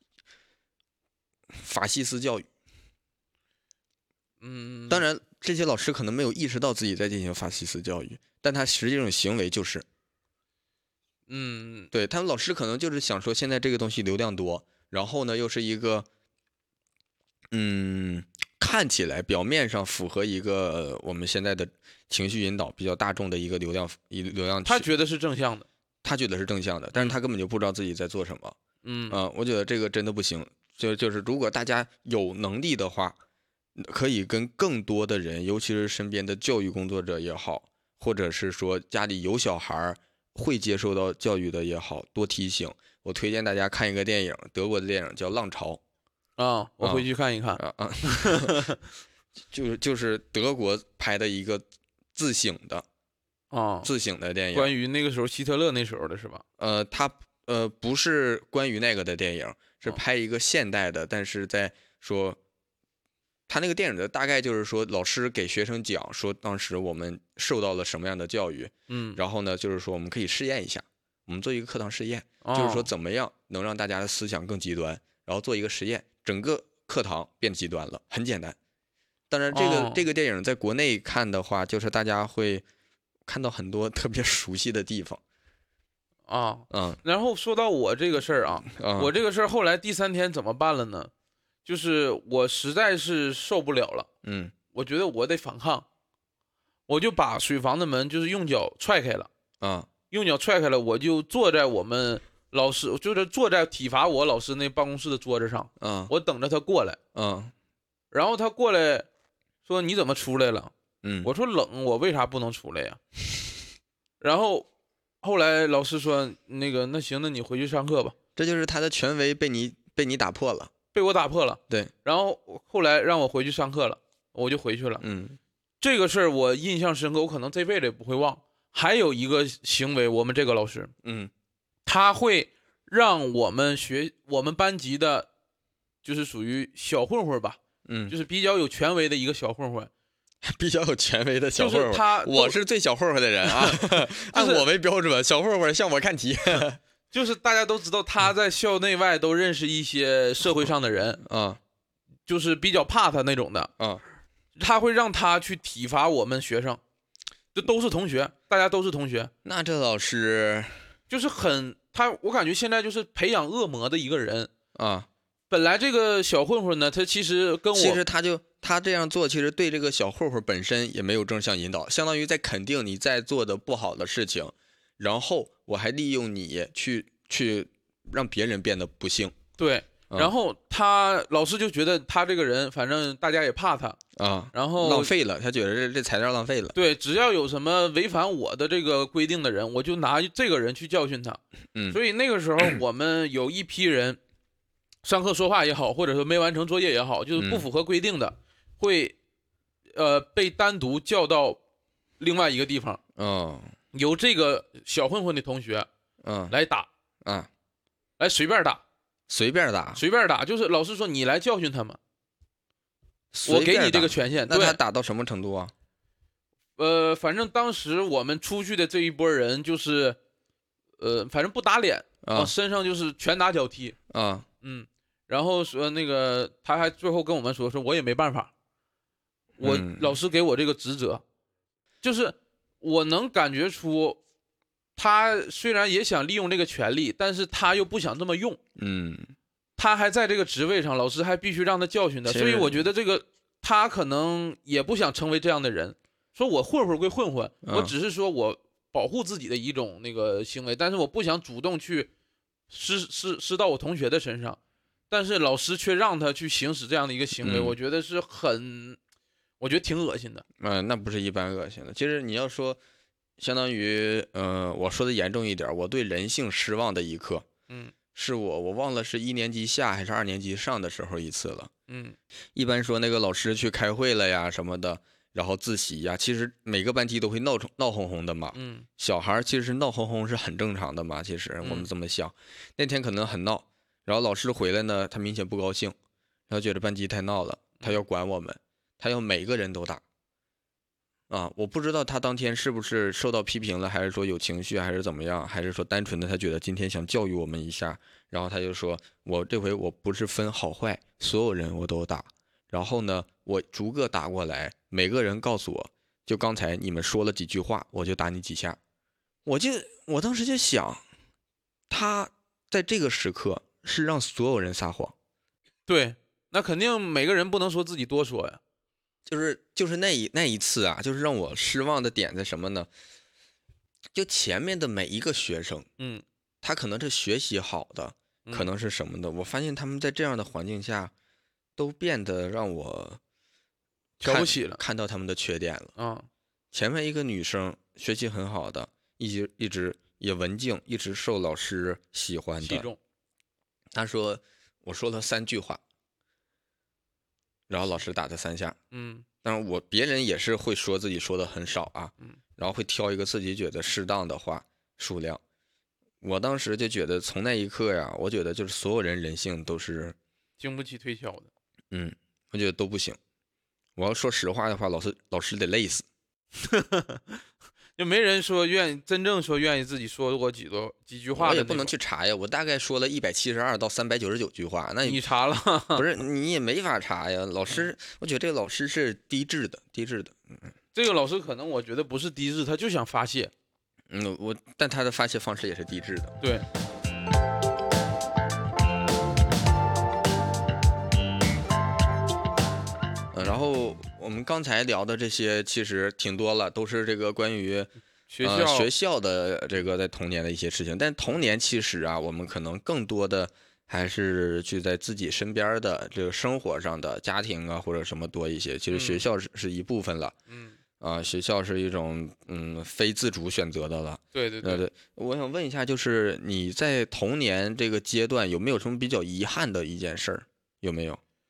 法西斯教育。 嗯， 当然，这些老师可能没有意识到自己在进行法西斯教育，但他实际这种行为就是， 嗯对他们老师可能就是想说，现在这个东西流量多，然后呢又是一个，嗯，看起来表面上符合一个、呃我们现在的情绪引导比较大众的一个流量一流量， 他觉得是正向的。 他觉得是正向的，但是他根本就不知道自己在做什么。 嗯啊、我觉得这个真的不行。就就是如果大家有能力的话，可以跟更多的人，尤其是身边的教育工作者也好，或者是说家里有小孩儿会接受到教育的也好，多提醒。我推荐大家看一个电影，德国的电影叫《浪潮》 啊，我回去看一看。 啊啊，就是就是德国拍的一个自省的啊， 自省的电影。 关于那个时候希特勒那时候的是吧？ 呃，他呃不是关于那个的电影，是哦拍一个现代的，但是在说他那个电影的大概就是说，老师给学生讲说，当时我们受到了什么样的教育， 嗯， 然后呢，就是说我们可以试验一下，我们做一个课堂试验， 哦就是说怎么样能让大家的思想更极端，然后做一个实验，整个课堂变极端了，很简单。当然，这个、 哦这个电影在国内看的话，就是大家会看到很多特别熟悉的地方， 啊， 嗯然后说到我这个事儿啊， 嗯， 我这个事儿后来第三天怎么办了呢？就是我实在是受不了了， 嗯我觉得我得反抗，我就把水房的门就是用脚踹开了， 啊用脚踹开了，我就坐在我们老师，就是坐在体罚我老师那办公室的桌子上， 啊我等着他过来， 啊然后他过来说你怎么出来了？ 嗯， 我说冷，我为啥不能出来呀？然后后来老师说那个那行，那你回去上课吧， 这就是他的权威被你被你打破了， 被我打破了。 对， 然后后来让我回去上课了，我就回去了。 嗯这个事儿我印象深刻，我可能这辈子也不会忘。还有一个行为，我们这个老师， 嗯， 他会让我们学我们班级的，就是属于小混混吧， 嗯， 就是比较有权威的一个小混混， 比较有权威的小混混。 就是他， 我是最小混混的人啊，按我为标准，小混混向我看齐。 就是大家都知道他在校内外都认识一些社会上的人， 啊， 就是比较怕他那种的， 啊， 他会让他去体罚我们学生，这都是同学，大家都是同学， 那这老师就是很他，我感觉现在就是培养恶魔的一个人。 啊， 本来这个小混混呢，他其实跟我， 其实他就他这样做，其实对这个小混混本身也没有正向引导，相当于在肯定你在做的不好的事情，然后我还利用你去去让别人变得不幸。 对，然后他老师就觉得他这个人，反正大家也怕他啊， 然后浪费了，他觉得这这材料浪费了。 对，只要有什么违反我的这个规定的人，我就拿这个人去教训他。 嗯， 所以那个时候我们有一批人，上课说话也好，或者说没完成作业也好，就是不符合规定的，嗯、会呃被单独叫到另外一个地方， 嗯， 由这个小混混的同学， 嗯， 来打， 嗯， 来随便打。 随便打， 随便打，就是老师说你来教训他们，我给你这个权限。 那他打到什么程度啊？ 呃，反正当时我们出去的这一波人就是，呃，反正不打脸啊， 身上就是拳打脚踢啊， 嗯，然后说那个他还最后跟我们说，说我也没办法，我、 嗯、 老师给我这个职责，就是我能感觉出。他虽然也想利用这个权利，但是他又不想这么用。 嗯， 他还在这个职位上，老师还必须让他教训他，所以我觉得这个他可能也不想成为这样的人。说我混混归混混， 嗯、 我只是说我保护自己的一种那个行为，但是我不想主动去施施施到我同学的身上。但是老师却让他去行使这样的一个行为， 嗯、 我觉得是很，我觉得挺恶心的。 嗯、呃，那不是一般恶心的。其实你要说。相当于，呃，我说的严重一点，我对人性失望的一刻， 嗯， 是我我忘了是一年级下还是二年级上的时候一次了， 嗯， 一般说那个老师去开会了呀什么的，然后自习呀，其实每个班级都会闹闹哄哄的嘛， 嗯， 小孩其实闹哄哄是很正常的嘛，其实我们这么想，嗯、那天可能很闹，然后老师回来呢，他明显不高兴，然后觉得班级太闹了，他要管我们，他要每个人都打。啊，我不知道他当天是不是受到批评了，还是说有情绪，还是怎么样，还是说单纯的他觉得今天想教育我们一下，然后他就说，我这回我不是分好坏，所有人我都打，然后呢，我逐个打过来，每个人告诉我，就刚才你们说了几句话，我就打你几下，我就我当时就想，他在这个时刻是让所有人撒谎， 对，那肯定每个人不能说自己多说呀。 就是就是那一那一次啊，就是让我失望的点在什么呢？就前面的每一个学生， 嗯， 他可能是学习好的， 嗯、 可能是什么的，我发现他们在这样的环境下，都变得让我瞧不起了， 看到他们的缺点了。 啊、嗯， 前面一个女生学习很好的，一直一直也文静，一直受老师喜欢的。她说，我说了三句话。然后老师打他三下， 嗯， 但是我别人也是会说自己说的很少啊， 嗯， 然后会挑一个自己觉得适当的话数量。我当时就觉得从那一刻呀，我觉得就是所有人人性都是经不起推敲的， 嗯，我觉得都不行。我要说实话的话，老师老师得累死。 就没人说愿意真正说愿意自己说过几多几句话的， 我也不能去查呀。我大概说了一百七十二到三百九十九句话，那你查了？ 不是你也没法查呀。老师，我觉得这个老师是低智的，低智的。嗯， 这个老师可能我觉得不是低智，他就想发泄。 嗯，我但他的发泄方式也是低智的。 对。 嗯，然后我们刚才聊的这些其实挺多了，都是这个关于学校、 呃、学校的这个在童年的一些事情。但童年其实啊，我们可能更多的还是去在自己身边的这个生活上的家庭啊或者什么多一些。其实学校是、嗯、是一部分了。 嗯。 啊，学校是一种嗯非自主选择的了。 对对对。 对，我想问一下，就是你在童年这个阶段有没有什么比较遗憾的一件事儿？有没有？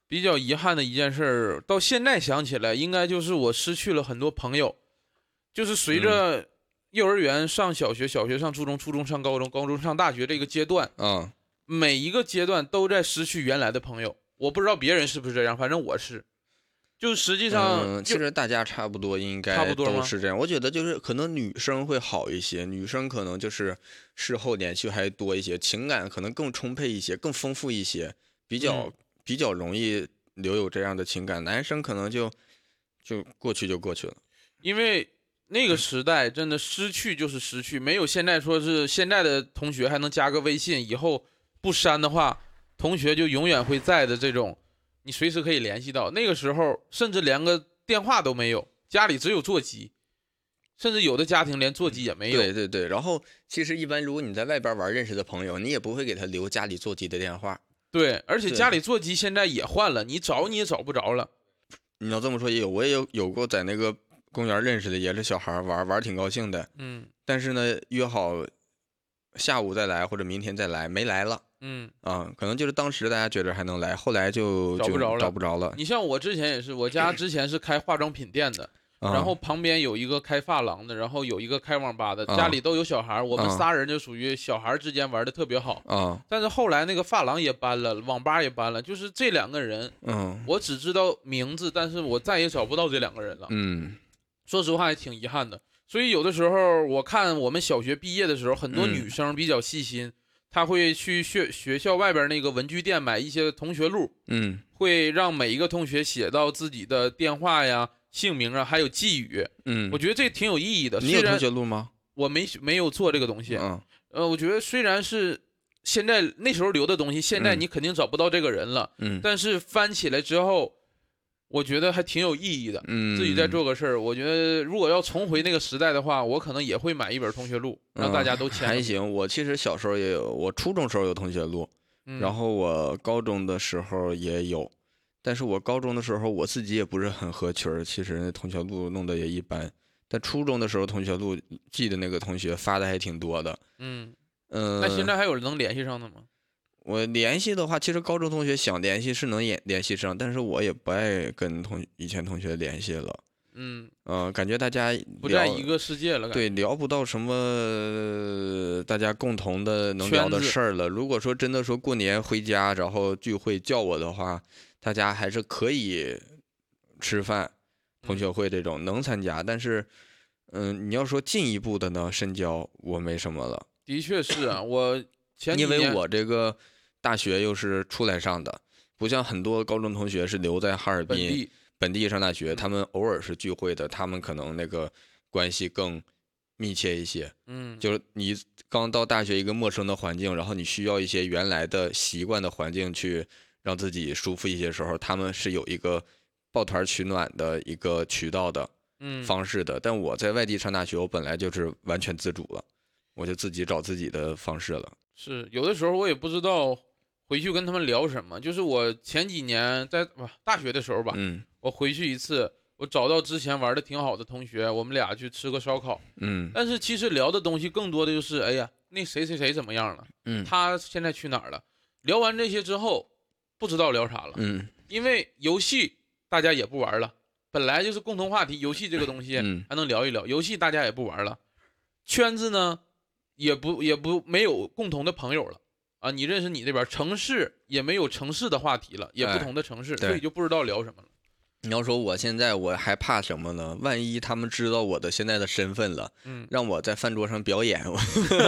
比较遗憾的一件事儿，到现在想起来，应该就是我失去了很多朋友，就是随着幼儿园上小学，小学上初中，初中上高中，高中上大学这个阶段， 嗯， 每一个阶段都在失去原来的朋友。我不知道别人是不是这样，反正我是。就实际上， 嗯，其实大家差不多应该都是这样。我觉得就是可能女生会好一些，女生可能就是事后联系还多一些，情感可能更充沛一些，更丰富一些，比较、嗯、比较容易留有这样的情感。男生可能就就过去就过去了， 因为那个时代真的失去就是失去，没有现在说是现在的同学还能加个微信，以后不删的话，同学就永远会在的这种。你随时可以联系到，那个时候甚至连个电话都没有，家里只有座机，甚至有的家庭连座机也没有。 对对对，然后其实一般如果你在外边玩认识的朋友，你也不会给他留家里座机的电话。 对，而且家里座机现在也换了，你找你也找不着了。 你要这么说也有，我也有有过在那个公园认识的，也是小孩玩玩挺高兴的。 嗯， 但是呢，约好下午再来或者明天再来，没来了。 嗯啊，可能就是当时大家觉得还能来，后来就找不着了， 找不着了。 你像我之前也是，我家之前是开化妆品店的， 啊、 然后旁边有一个开发廊的，然后有一个开网吧的，家里都有小孩， 啊、 我们仨人就属于小孩之间玩的特别好啊。 但是后来那个发廊也搬了，网吧也搬了，就是这两个人， 嗯， 我只知道名字，但是我再也找不到这两个人了。 嗯， 说实话也挺遗憾的。所以有的时候我看我们小学毕业的时候，很多女生比较细心。嗯他会去学学校外边那个文具店买一些同学录， 嗯， 会让每一个同学写到自己的电话呀、姓名啊，还有寄语， 嗯， 我觉得这挺有意义的。 你有同学录吗？ 我没没有做这个东西， 嗯， 呃，我觉得虽然是现在那时候留的东西，现在你肯定找不到这个人了， 嗯， 但是翻起来之后。我觉得还挺有意义的， 嗯， 自己在做个事儿。我觉得如果要重回那个时代的话，我可能也会买一本同学录，让大家都签、 嗯。还行，我其实小时候也有，我初中时候有同学录， 嗯、 然后我高中的时候也有，但是我高中的时候我自己也不是很合群，其实那同学录弄得也一般。但初中的时候同学录记得那个同学发的还挺多的， 嗯嗯。 那现在还有能联系上的吗？ 我联系的话，其实高中同学想联系是能联联系上，但是我也不爱跟同以前同学联系了。 嗯， 呃，感觉大家不在一个世界了， 对，聊不到什么大家共同的能聊的事儿了。如果说真的说过年回家然后聚会叫我的话，大家还是可以吃饭、同学会这种能参加，但是，嗯，你要说进一步的呢，深交我没什么了。 的确是啊，我前几年因为我这个。大学又是出来上的，不像很多高中同学是留在哈尔滨本地, 本地上大学，他们偶尔是聚会的，他们可能那个关系更密切一些。 嗯， 就是你刚到大学一个陌生的环境，然后你需要一些原来的习惯的环境去让自己舒服一些时候，他们是有一个抱团取暖的一个渠道的方式的。 嗯、 但我在外地上大学，我本来就是完全自主了，我就自己找自己的方式了。 是有的时候我也不知道。回去跟他们聊什么？就是我前几年在大学的时候吧， 嗯， 我回去一次，我找到之前玩的挺好的同学，我们俩去吃个烧烤， 嗯， 但是其实聊的东西更多的就是，哎呀，那谁谁谁怎么样了？ 嗯， 他现在去哪儿了？聊完这些之后，不知道聊啥了， 嗯， 因为游戏大家也不玩了，本来就是共同话题，游戏这个东西还能聊一聊，游戏大家也不玩了，圈子呢也不也不没有共同的朋友了。啊，你认识你这边城市也没有城市的话题了，也不同的城市， 哎、 所以就不知道聊什么了。 你要说我现在我还怕什么呢？万一他们知道我的现在的身份了， 嗯， 让我在饭桌上表演，我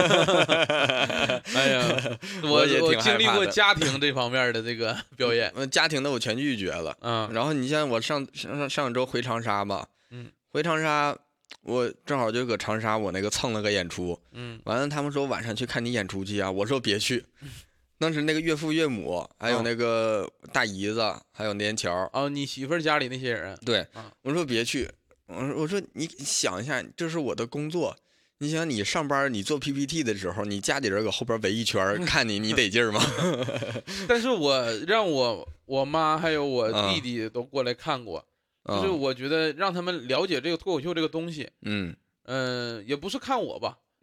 哎呀，我我也我经历过家庭这方面的这个表演， 家庭的我全拒绝了。 嗯， 然后你像我上上上周回长沙吧， 嗯， 回长沙。我正好就搁长沙，我那个蹭了个演出， 嗯， 完了他们说晚上去看你演出去啊，我说别去。当时那个岳父岳母，还有那个大姨子，哦、还有年桥， 哦，你媳妇儿家里那些人， 对， 啊、 我说别去，我说我说你想一下，这是我的工作，你想你上班你做 P P T 的时候，你家里人搁后边围一圈看你，你得劲儿吗？ 但是我让我我妈还有我弟弟都过来看过。嗯嗯、 就是我觉得让他们了解这个脱口秀这个东西， 嗯嗯、呃，也不是看我吧，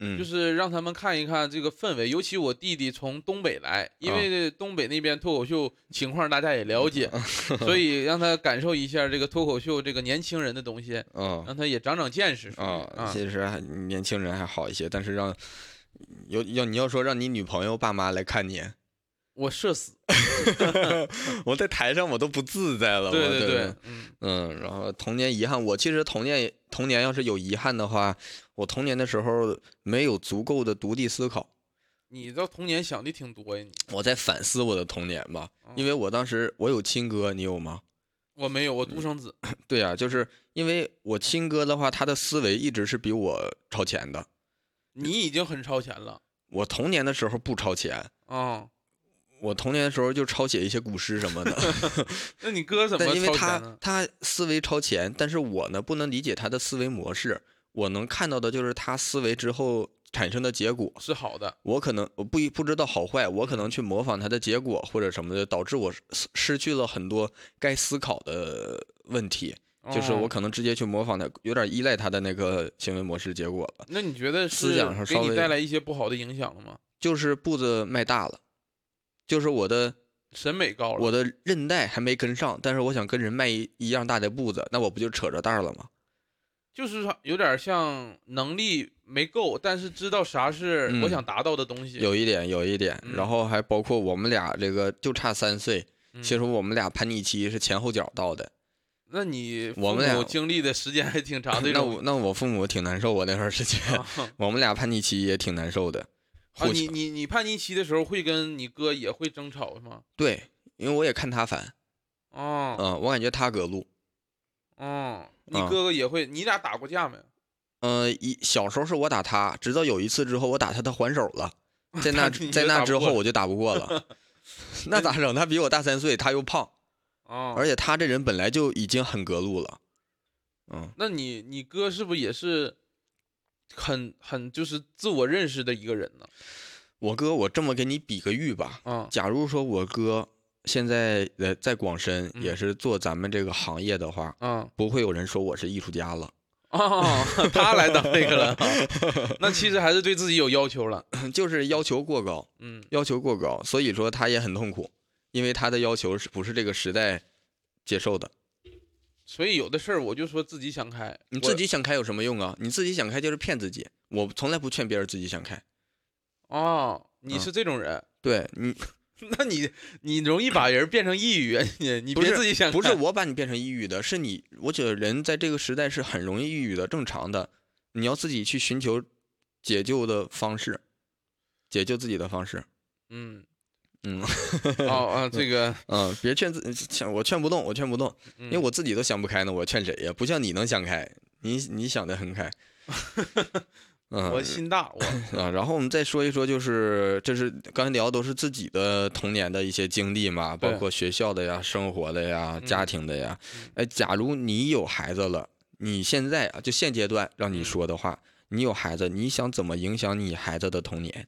嗯， 就是让他们看一看这个氛围。尤其我弟弟从东北来，因为东北那边脱口秀情况大家也了解，所以让他感受一下这个脱口秀这个年轻人的东西， 嗯， 让他也长长见识啊、 啊。 其实还年轻人还好一些，但是让有要你要说让你女朋友爸妈来看你， 我社死。 我在台上我都不自在了。 对对对， 嗯嗯，然后童年遗憾，我其实童年童年要是有遗憾的话，我童年的时候没有足够的独立思考。 你到童年想的挺多呀，你。 我在反思我的童年吧， 嗯因为我当时我有亲哥，你有吗？ 我没有，我独生子。 对呀、啊，就是因为我亲哥的话，他的思维一直是比我超前的。 你已经很超前了。 我童年的时候不超前。 啊、 我童年的时候就抄写一些古诗什么的。 那你哥怎么但因为超前呢？ 他他思维超前，但是我呢不能理解他的思维模式，我能看到的就是他思维之后产生的结果是好的。 我可能我不不知道好坏，我可能去模仿他的结果或者什么的，导致我失去了很多该思考的问题。就是我可能直接去模仿他，有点依赖他的那个行为模式结果了。 那你觉得思想上稍微给你带来一些不好的影响了吗？ 就是步子迈大了，就是我的审美高了， 我的韧带还没跟上，但是我想跟人迈一一样大的步子，那我不就扯着蛋了吗？ 就是有点像能力没够，但是知道啥是我想达到的东西。 嗯、有一点，有一点、嗯，然后还包括我们俩这个就差三岁、嗯，其实我们俩叛逆期是前后脚到的。 那你我们俩经历的时间还挺长的。 那我那我父母挺难受，我那段时间、啊，我们俩叛逆期也挺难受的。 啊，你你你叛逆期的时候会跟你哥也会争吵吗？ 对，因为我也看他烦。 哦， 嗯，我感觉他隔路。 哦，你哥哥也会，嗯、你俩打过架没？ 呃，一小时候是我打他，直到有一次之后我打他，他还手了。在那在那之后我就打不过了。那咋整？他比我大三岁，他又胖。 哦， 而且他这人本来就已经很隔路了。嗯， 那你你哥是不是也是很很就是自我认识的一个人呢？ 我哥，我这么给你比个喻吧。 嗯， 假如说我哥现在呃在广深也是做咱们这个行业的话， 嗯， 不会有人说我是艺术家了。 哦，他来当那个了。那其实还是对自己有要求了， 就是要求过高。 嗯， 要求过高，所以说他也很痛苦。因为他的要求是不是这个时代接受的， 所以有的事儿我就说自己想开。 你自己想开有什么用啊？你自己想开就是骗自己。我从来不劝别人自己想开。 哦，你是这种人？嗯、 对你， 那你你容易把人变成抑郁啊！你你别自己想开。 不是我把你变成抑郁的，是你。我觉得人在这个时代是很容易抑郁的，正常的。你要自己去寻求解救的方式，解救自己的方式。 嗯。 嗯， 哦啊，这个， 嗯，别劝自劝，我劝不动，我劝不动，因为我自己都想不开呢，我劝谁呀？不像你能想开，你你想得很开。嗯， 我心大，我啊，然后我们再说一说，就是这是刚才聊的都是自己的童年的一些经历嘛，包括学校的呀、生活的呀、家庭的呀。哎，假如你有孩子了，你现在啊，就现阶段让你说的话，你有孩子，你想怎么影响你孩子的童年？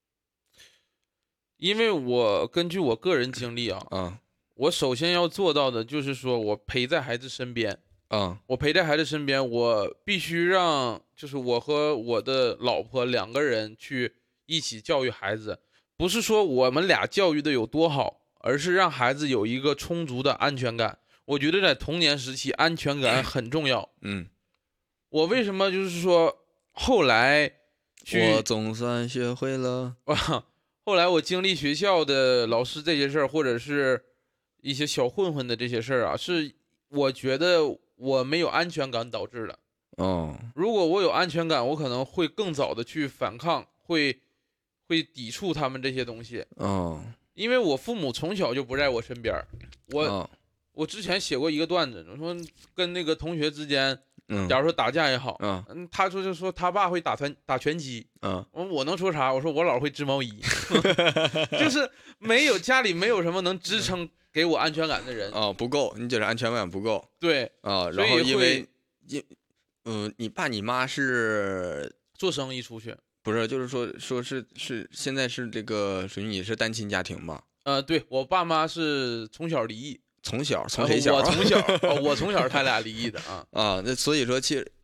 因为我根据我个人经历啊， 嗯， 我首先要做到的就是说我陪在孩子身边， 嗯， 我陪在孩子身边，我必须让就是我和我的老婆两个人去一起教育孩子，不是说我们俩教育的有多好，而是让孩子有一个充足的安全感。我觉得在童年时期，安全感很重要。 嗯， 我为什么就是说后来去， 我总算学会了。 后来我经历学校的老师这些事儿，或者是一些小混混的这些事儿啊，是我觉得我没有安全感导致的。 哦， 如果我有安全感，我可能会更早的去反抗，会会抵触他们这些东西。 哦， 因为我父母从小就不在我身边，我、 哦、 我之前写过一个段子，我说跟那个同学之间。 嗯， 假如说打架也好， 嗯， 嗯他说就说他爸会打拳打拳击， 嗯， 我我能说啥？我说我姥会织毛衣，就是没有家里没有什么能支撑给我安全感的人哦，不够，你觉得安全感不够？ 对啊，然后因为因嗯、呃，你爸你妈是做生意出去， 不是？就是说说是是现在是这个属于你是单亲家庭吧？ 呃，对我爸妈是从小离异。 从小从谁小？ 我从小、哦，我从小他俩离异的啊啊，那所以说其实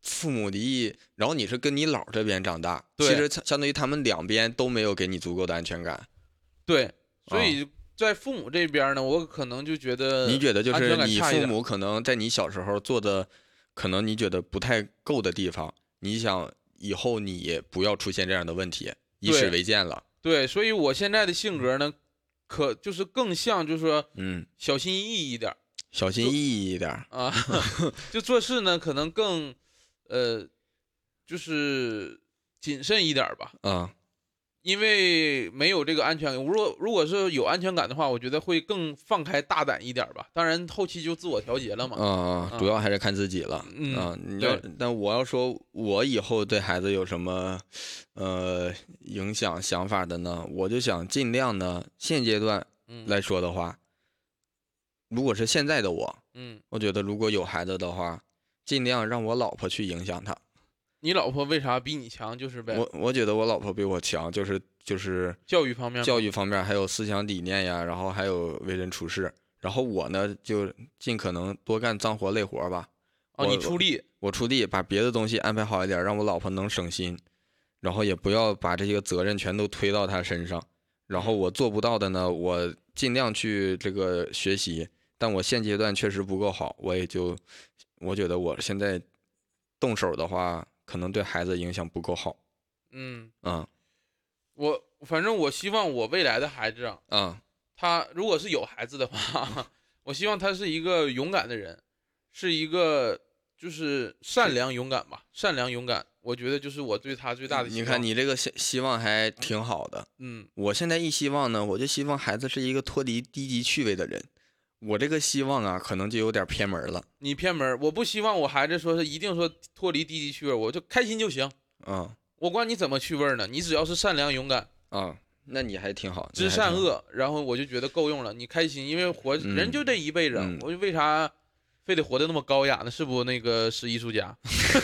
父母离异，然后你是跟你姥这边长大， 对其实相当于他们两边都没有给你足够的安全感。 对，所以在父母这边呢，我可能就觉得你觉得就是安全感你差一点父母可能在你小时候做的，可能你觉得不太够的地方，你想以后你不要出现这样的问题，以史为鉴了。 对，所以我现在的性格呢，可就是更像就是说， 嗯， 小心翼翼一点儿小心翼翼一点。 啊，就做事呢可能更，呃，就是谨慎一点儿吧。 嗯， 因为没有这个安全感，如果如果是有安全感的话，我觉得会更放开大胆一点吧。当然后期就自我调节了嘛。 嗯， 嗯主要还是看自己了。 嗯啊，你要对但我要说，我以后对孩子有什么呃影响想法的呢？我就想尽量呢，现阶段嗯来说的话，如果是现在的我， 嗯， 我觉得如果有孩子的话，尽量让我老婆去影响他。 你老婆为啥比你强？就是呗， 我我觉得我老婆比我强，就是就是教育方面吗， 教育方面，还有思想理念呀，然后还有为人处事。然后我呢，就尽可能多干脏活累活吧。 哦， 我你出力， 我出力，把别的东西安排好一点，让我老婆能省心，然后也不要把这些责任全都推到她身上。然后我做不到的呢，我尽量去这个学习，但我现阶段确实不够好，我也就我觉得我现在动手的话，可能对孩子影响不够好。 嗯， 嗯我反正我希望我未来的孩子啊， 嗯他如果是有孩子的话，我希望他是一个勇敢的人，是一个就是善良勇敢吧，善良勇敢，我觉得就是我对他最大的希望。 你看你这个希希望还挺好的。 嗯， 我现在一希望呢，我就希望孩子是一个脱离低级趣味的人。我这个希望啊，可能就有点偏门了。 你偏门，我不希望我孩子说是一定说脱离低级趣味，我就开心就行。 嗯我管你怎么趣味呢，你只要是善良勇敢， 嗯，那你还挺好， 知善恶，然后我就觉得够用了。你开心，因为活、 嗯人就这一辈子， 嗯我为啥非得活得那么高雅呢？是不那个是艺术家？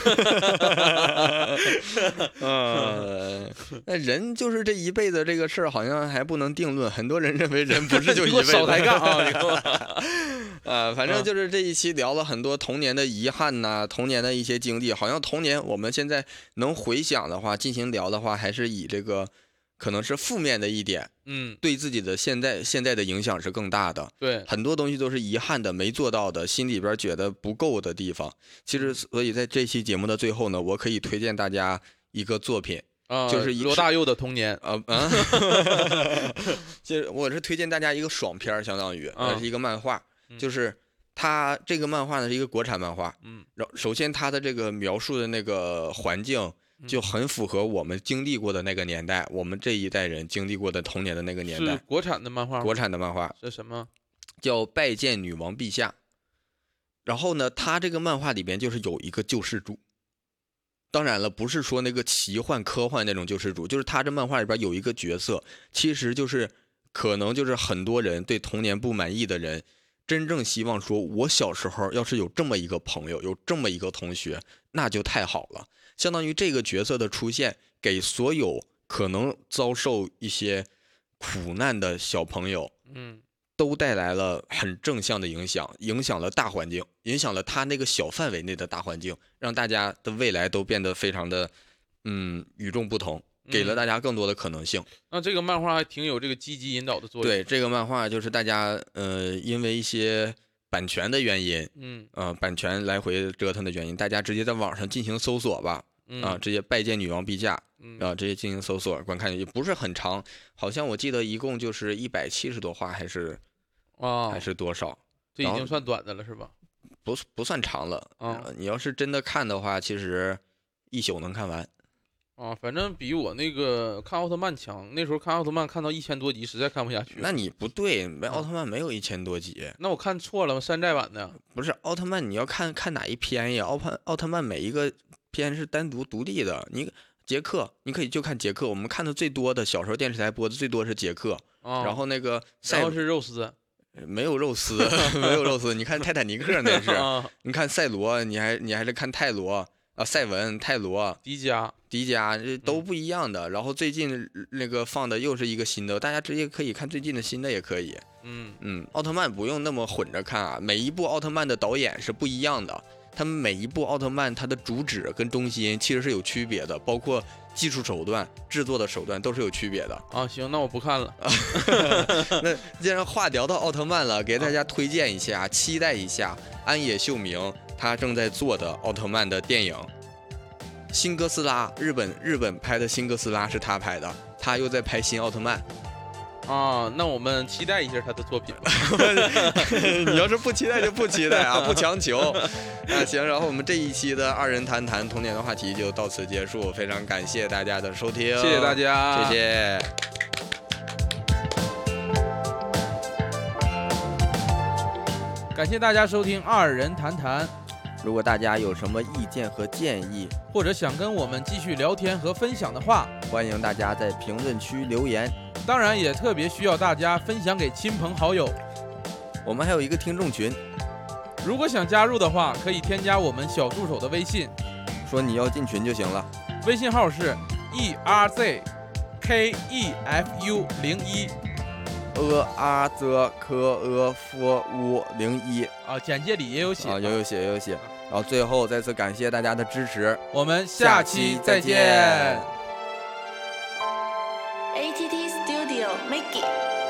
呃，那人就是这一辈子这个事儿，好像还不能定论。很多人认为人不是就一你给我辈子。 少抬杠啊！你给我呃，反正就是这一期聊了很多童年的遗憾呐、童年的一些经历。好像童年我们现在能回想的话，进行聊的话，还是以这个可能是负面的一点， 嗯， 对自己的现在现在的影响是更大的。 对， 很多东西都是遗憾的，没做到的，心里边觉得不够的地方。其实，所以在这期节目的最后呢，我可以推荐大家一个作品， 啊、 就是一罗大佑的童年。 呃啊，就是我是推荐大家一个爽片儿，相当于啊呃是一个漫画， 嗯就是它这个漫画呢是一个国产漫画， 嗯然后首先它的这个描述的那个环境就很符合我们经历过的那个年代，我们这一代人经历过的童年的那个年代。 是国产的漫画吗， 国产的漫画是什么？ 叫《拜见女王陛下》，然后呢，它这个漫画里边就是有一个救世主。当然了，不是说那个奇幻科幻那种救世主，就是他这漫画里边有一个角色，其实就是可能就是很多人对童年不满意的人，真正希望说，我小时候要是有这么一个朋友，有这么一个同学，那就太好了。相当于这个角色的出现，给所有可能遭受一些苦难的小朋友， 嗯都带来了很正向的影响，影响了大环境，影响了他那个小范围内的大环境，让大家的未来都变得非常的，嗯，与众不同，给了大家更多的可能性。 那这个漫画还挺有这个积极引导的作用。 对，这个漫画就是大家呃因为一些版权的原因， 嗯呃版权来回折腾的原因，大家直接在网上进行搜索吧， 嗯啊，直接拜见女王陛下。 嗯啊，直接进行搜索观看，也不是很长，好像我记得一共就是一百七十多话，还是啊， 还是多少？然后这已经算短的了是吧？ 不不算长了。 啊呃你要是真的看的话，其实一宿能看完。 啊，反正比我那个看奥特曼强。那时候看奥特曼看到一千多集，实在看不下去。 那你不对，没奥特曼没有一千多集， 那我看错了吗？山寨版的。 不是奥特曼，你要看看哪一篇呀？奥特奥特曼每一个篇是单独独立的。你杰克，你可以就看杰克。我们看的最多的，小时候电视台播的最多是杰克， 啊， 然后那个然赛后是肉丝。 没有肉丝，没有肉丝。你看泰坦尼克那是， 啊， 你看赛罗，你还你还是看泰罗啊，赛文、泰罗、 迪迦。 迪迦，这都不一样的。然后最近那个放的又是一个新的，大家直接可以看最近的新的也可以。 嗯嗯，奥特曼不用那么混着看啊，每一部奥特曼的导演是不一样的， 他们每一部奥特曼它的主旨跟中心其实是有区别的，包括技术手段、制作的手段都是有区别的。 啊，行，那我不看了。 那既然话聊到奥特曼了，给大家推荐一下，期待一下安野秀明他正在做的奥特曼的电影。新哥斯拉，日本日本拍的新哥斯拉是他拍的，他又在拍新奥特曼。 啊，那我们期待一下他的作品吧。 你要是不期待就不期待啊，不强求。那行，然后我们这一期的二人谈谈童年的话题就到此结束，非常感谢大家的收听， 谢谢大家， 谢谢。 感谢大家收听二人谈谈。 如果大家有什么意见和建议， 或者想跟我们继续聊天和分享的话， 欢迎大家在评论区留言。 当然也特别需要大家分享给亲朋好友。 我们还有一个听众群， 如果想加入的话，可以添加我们小助手的微信， 说你要进群就行了。 微信号是 E R Z K E F U 零一， 呃阿则科呃夫乌零一啊，简介里也有写啊，有有写有有写。然后最后再次感谢大家的支持， 我们下期再见。 A T T Studio Make it。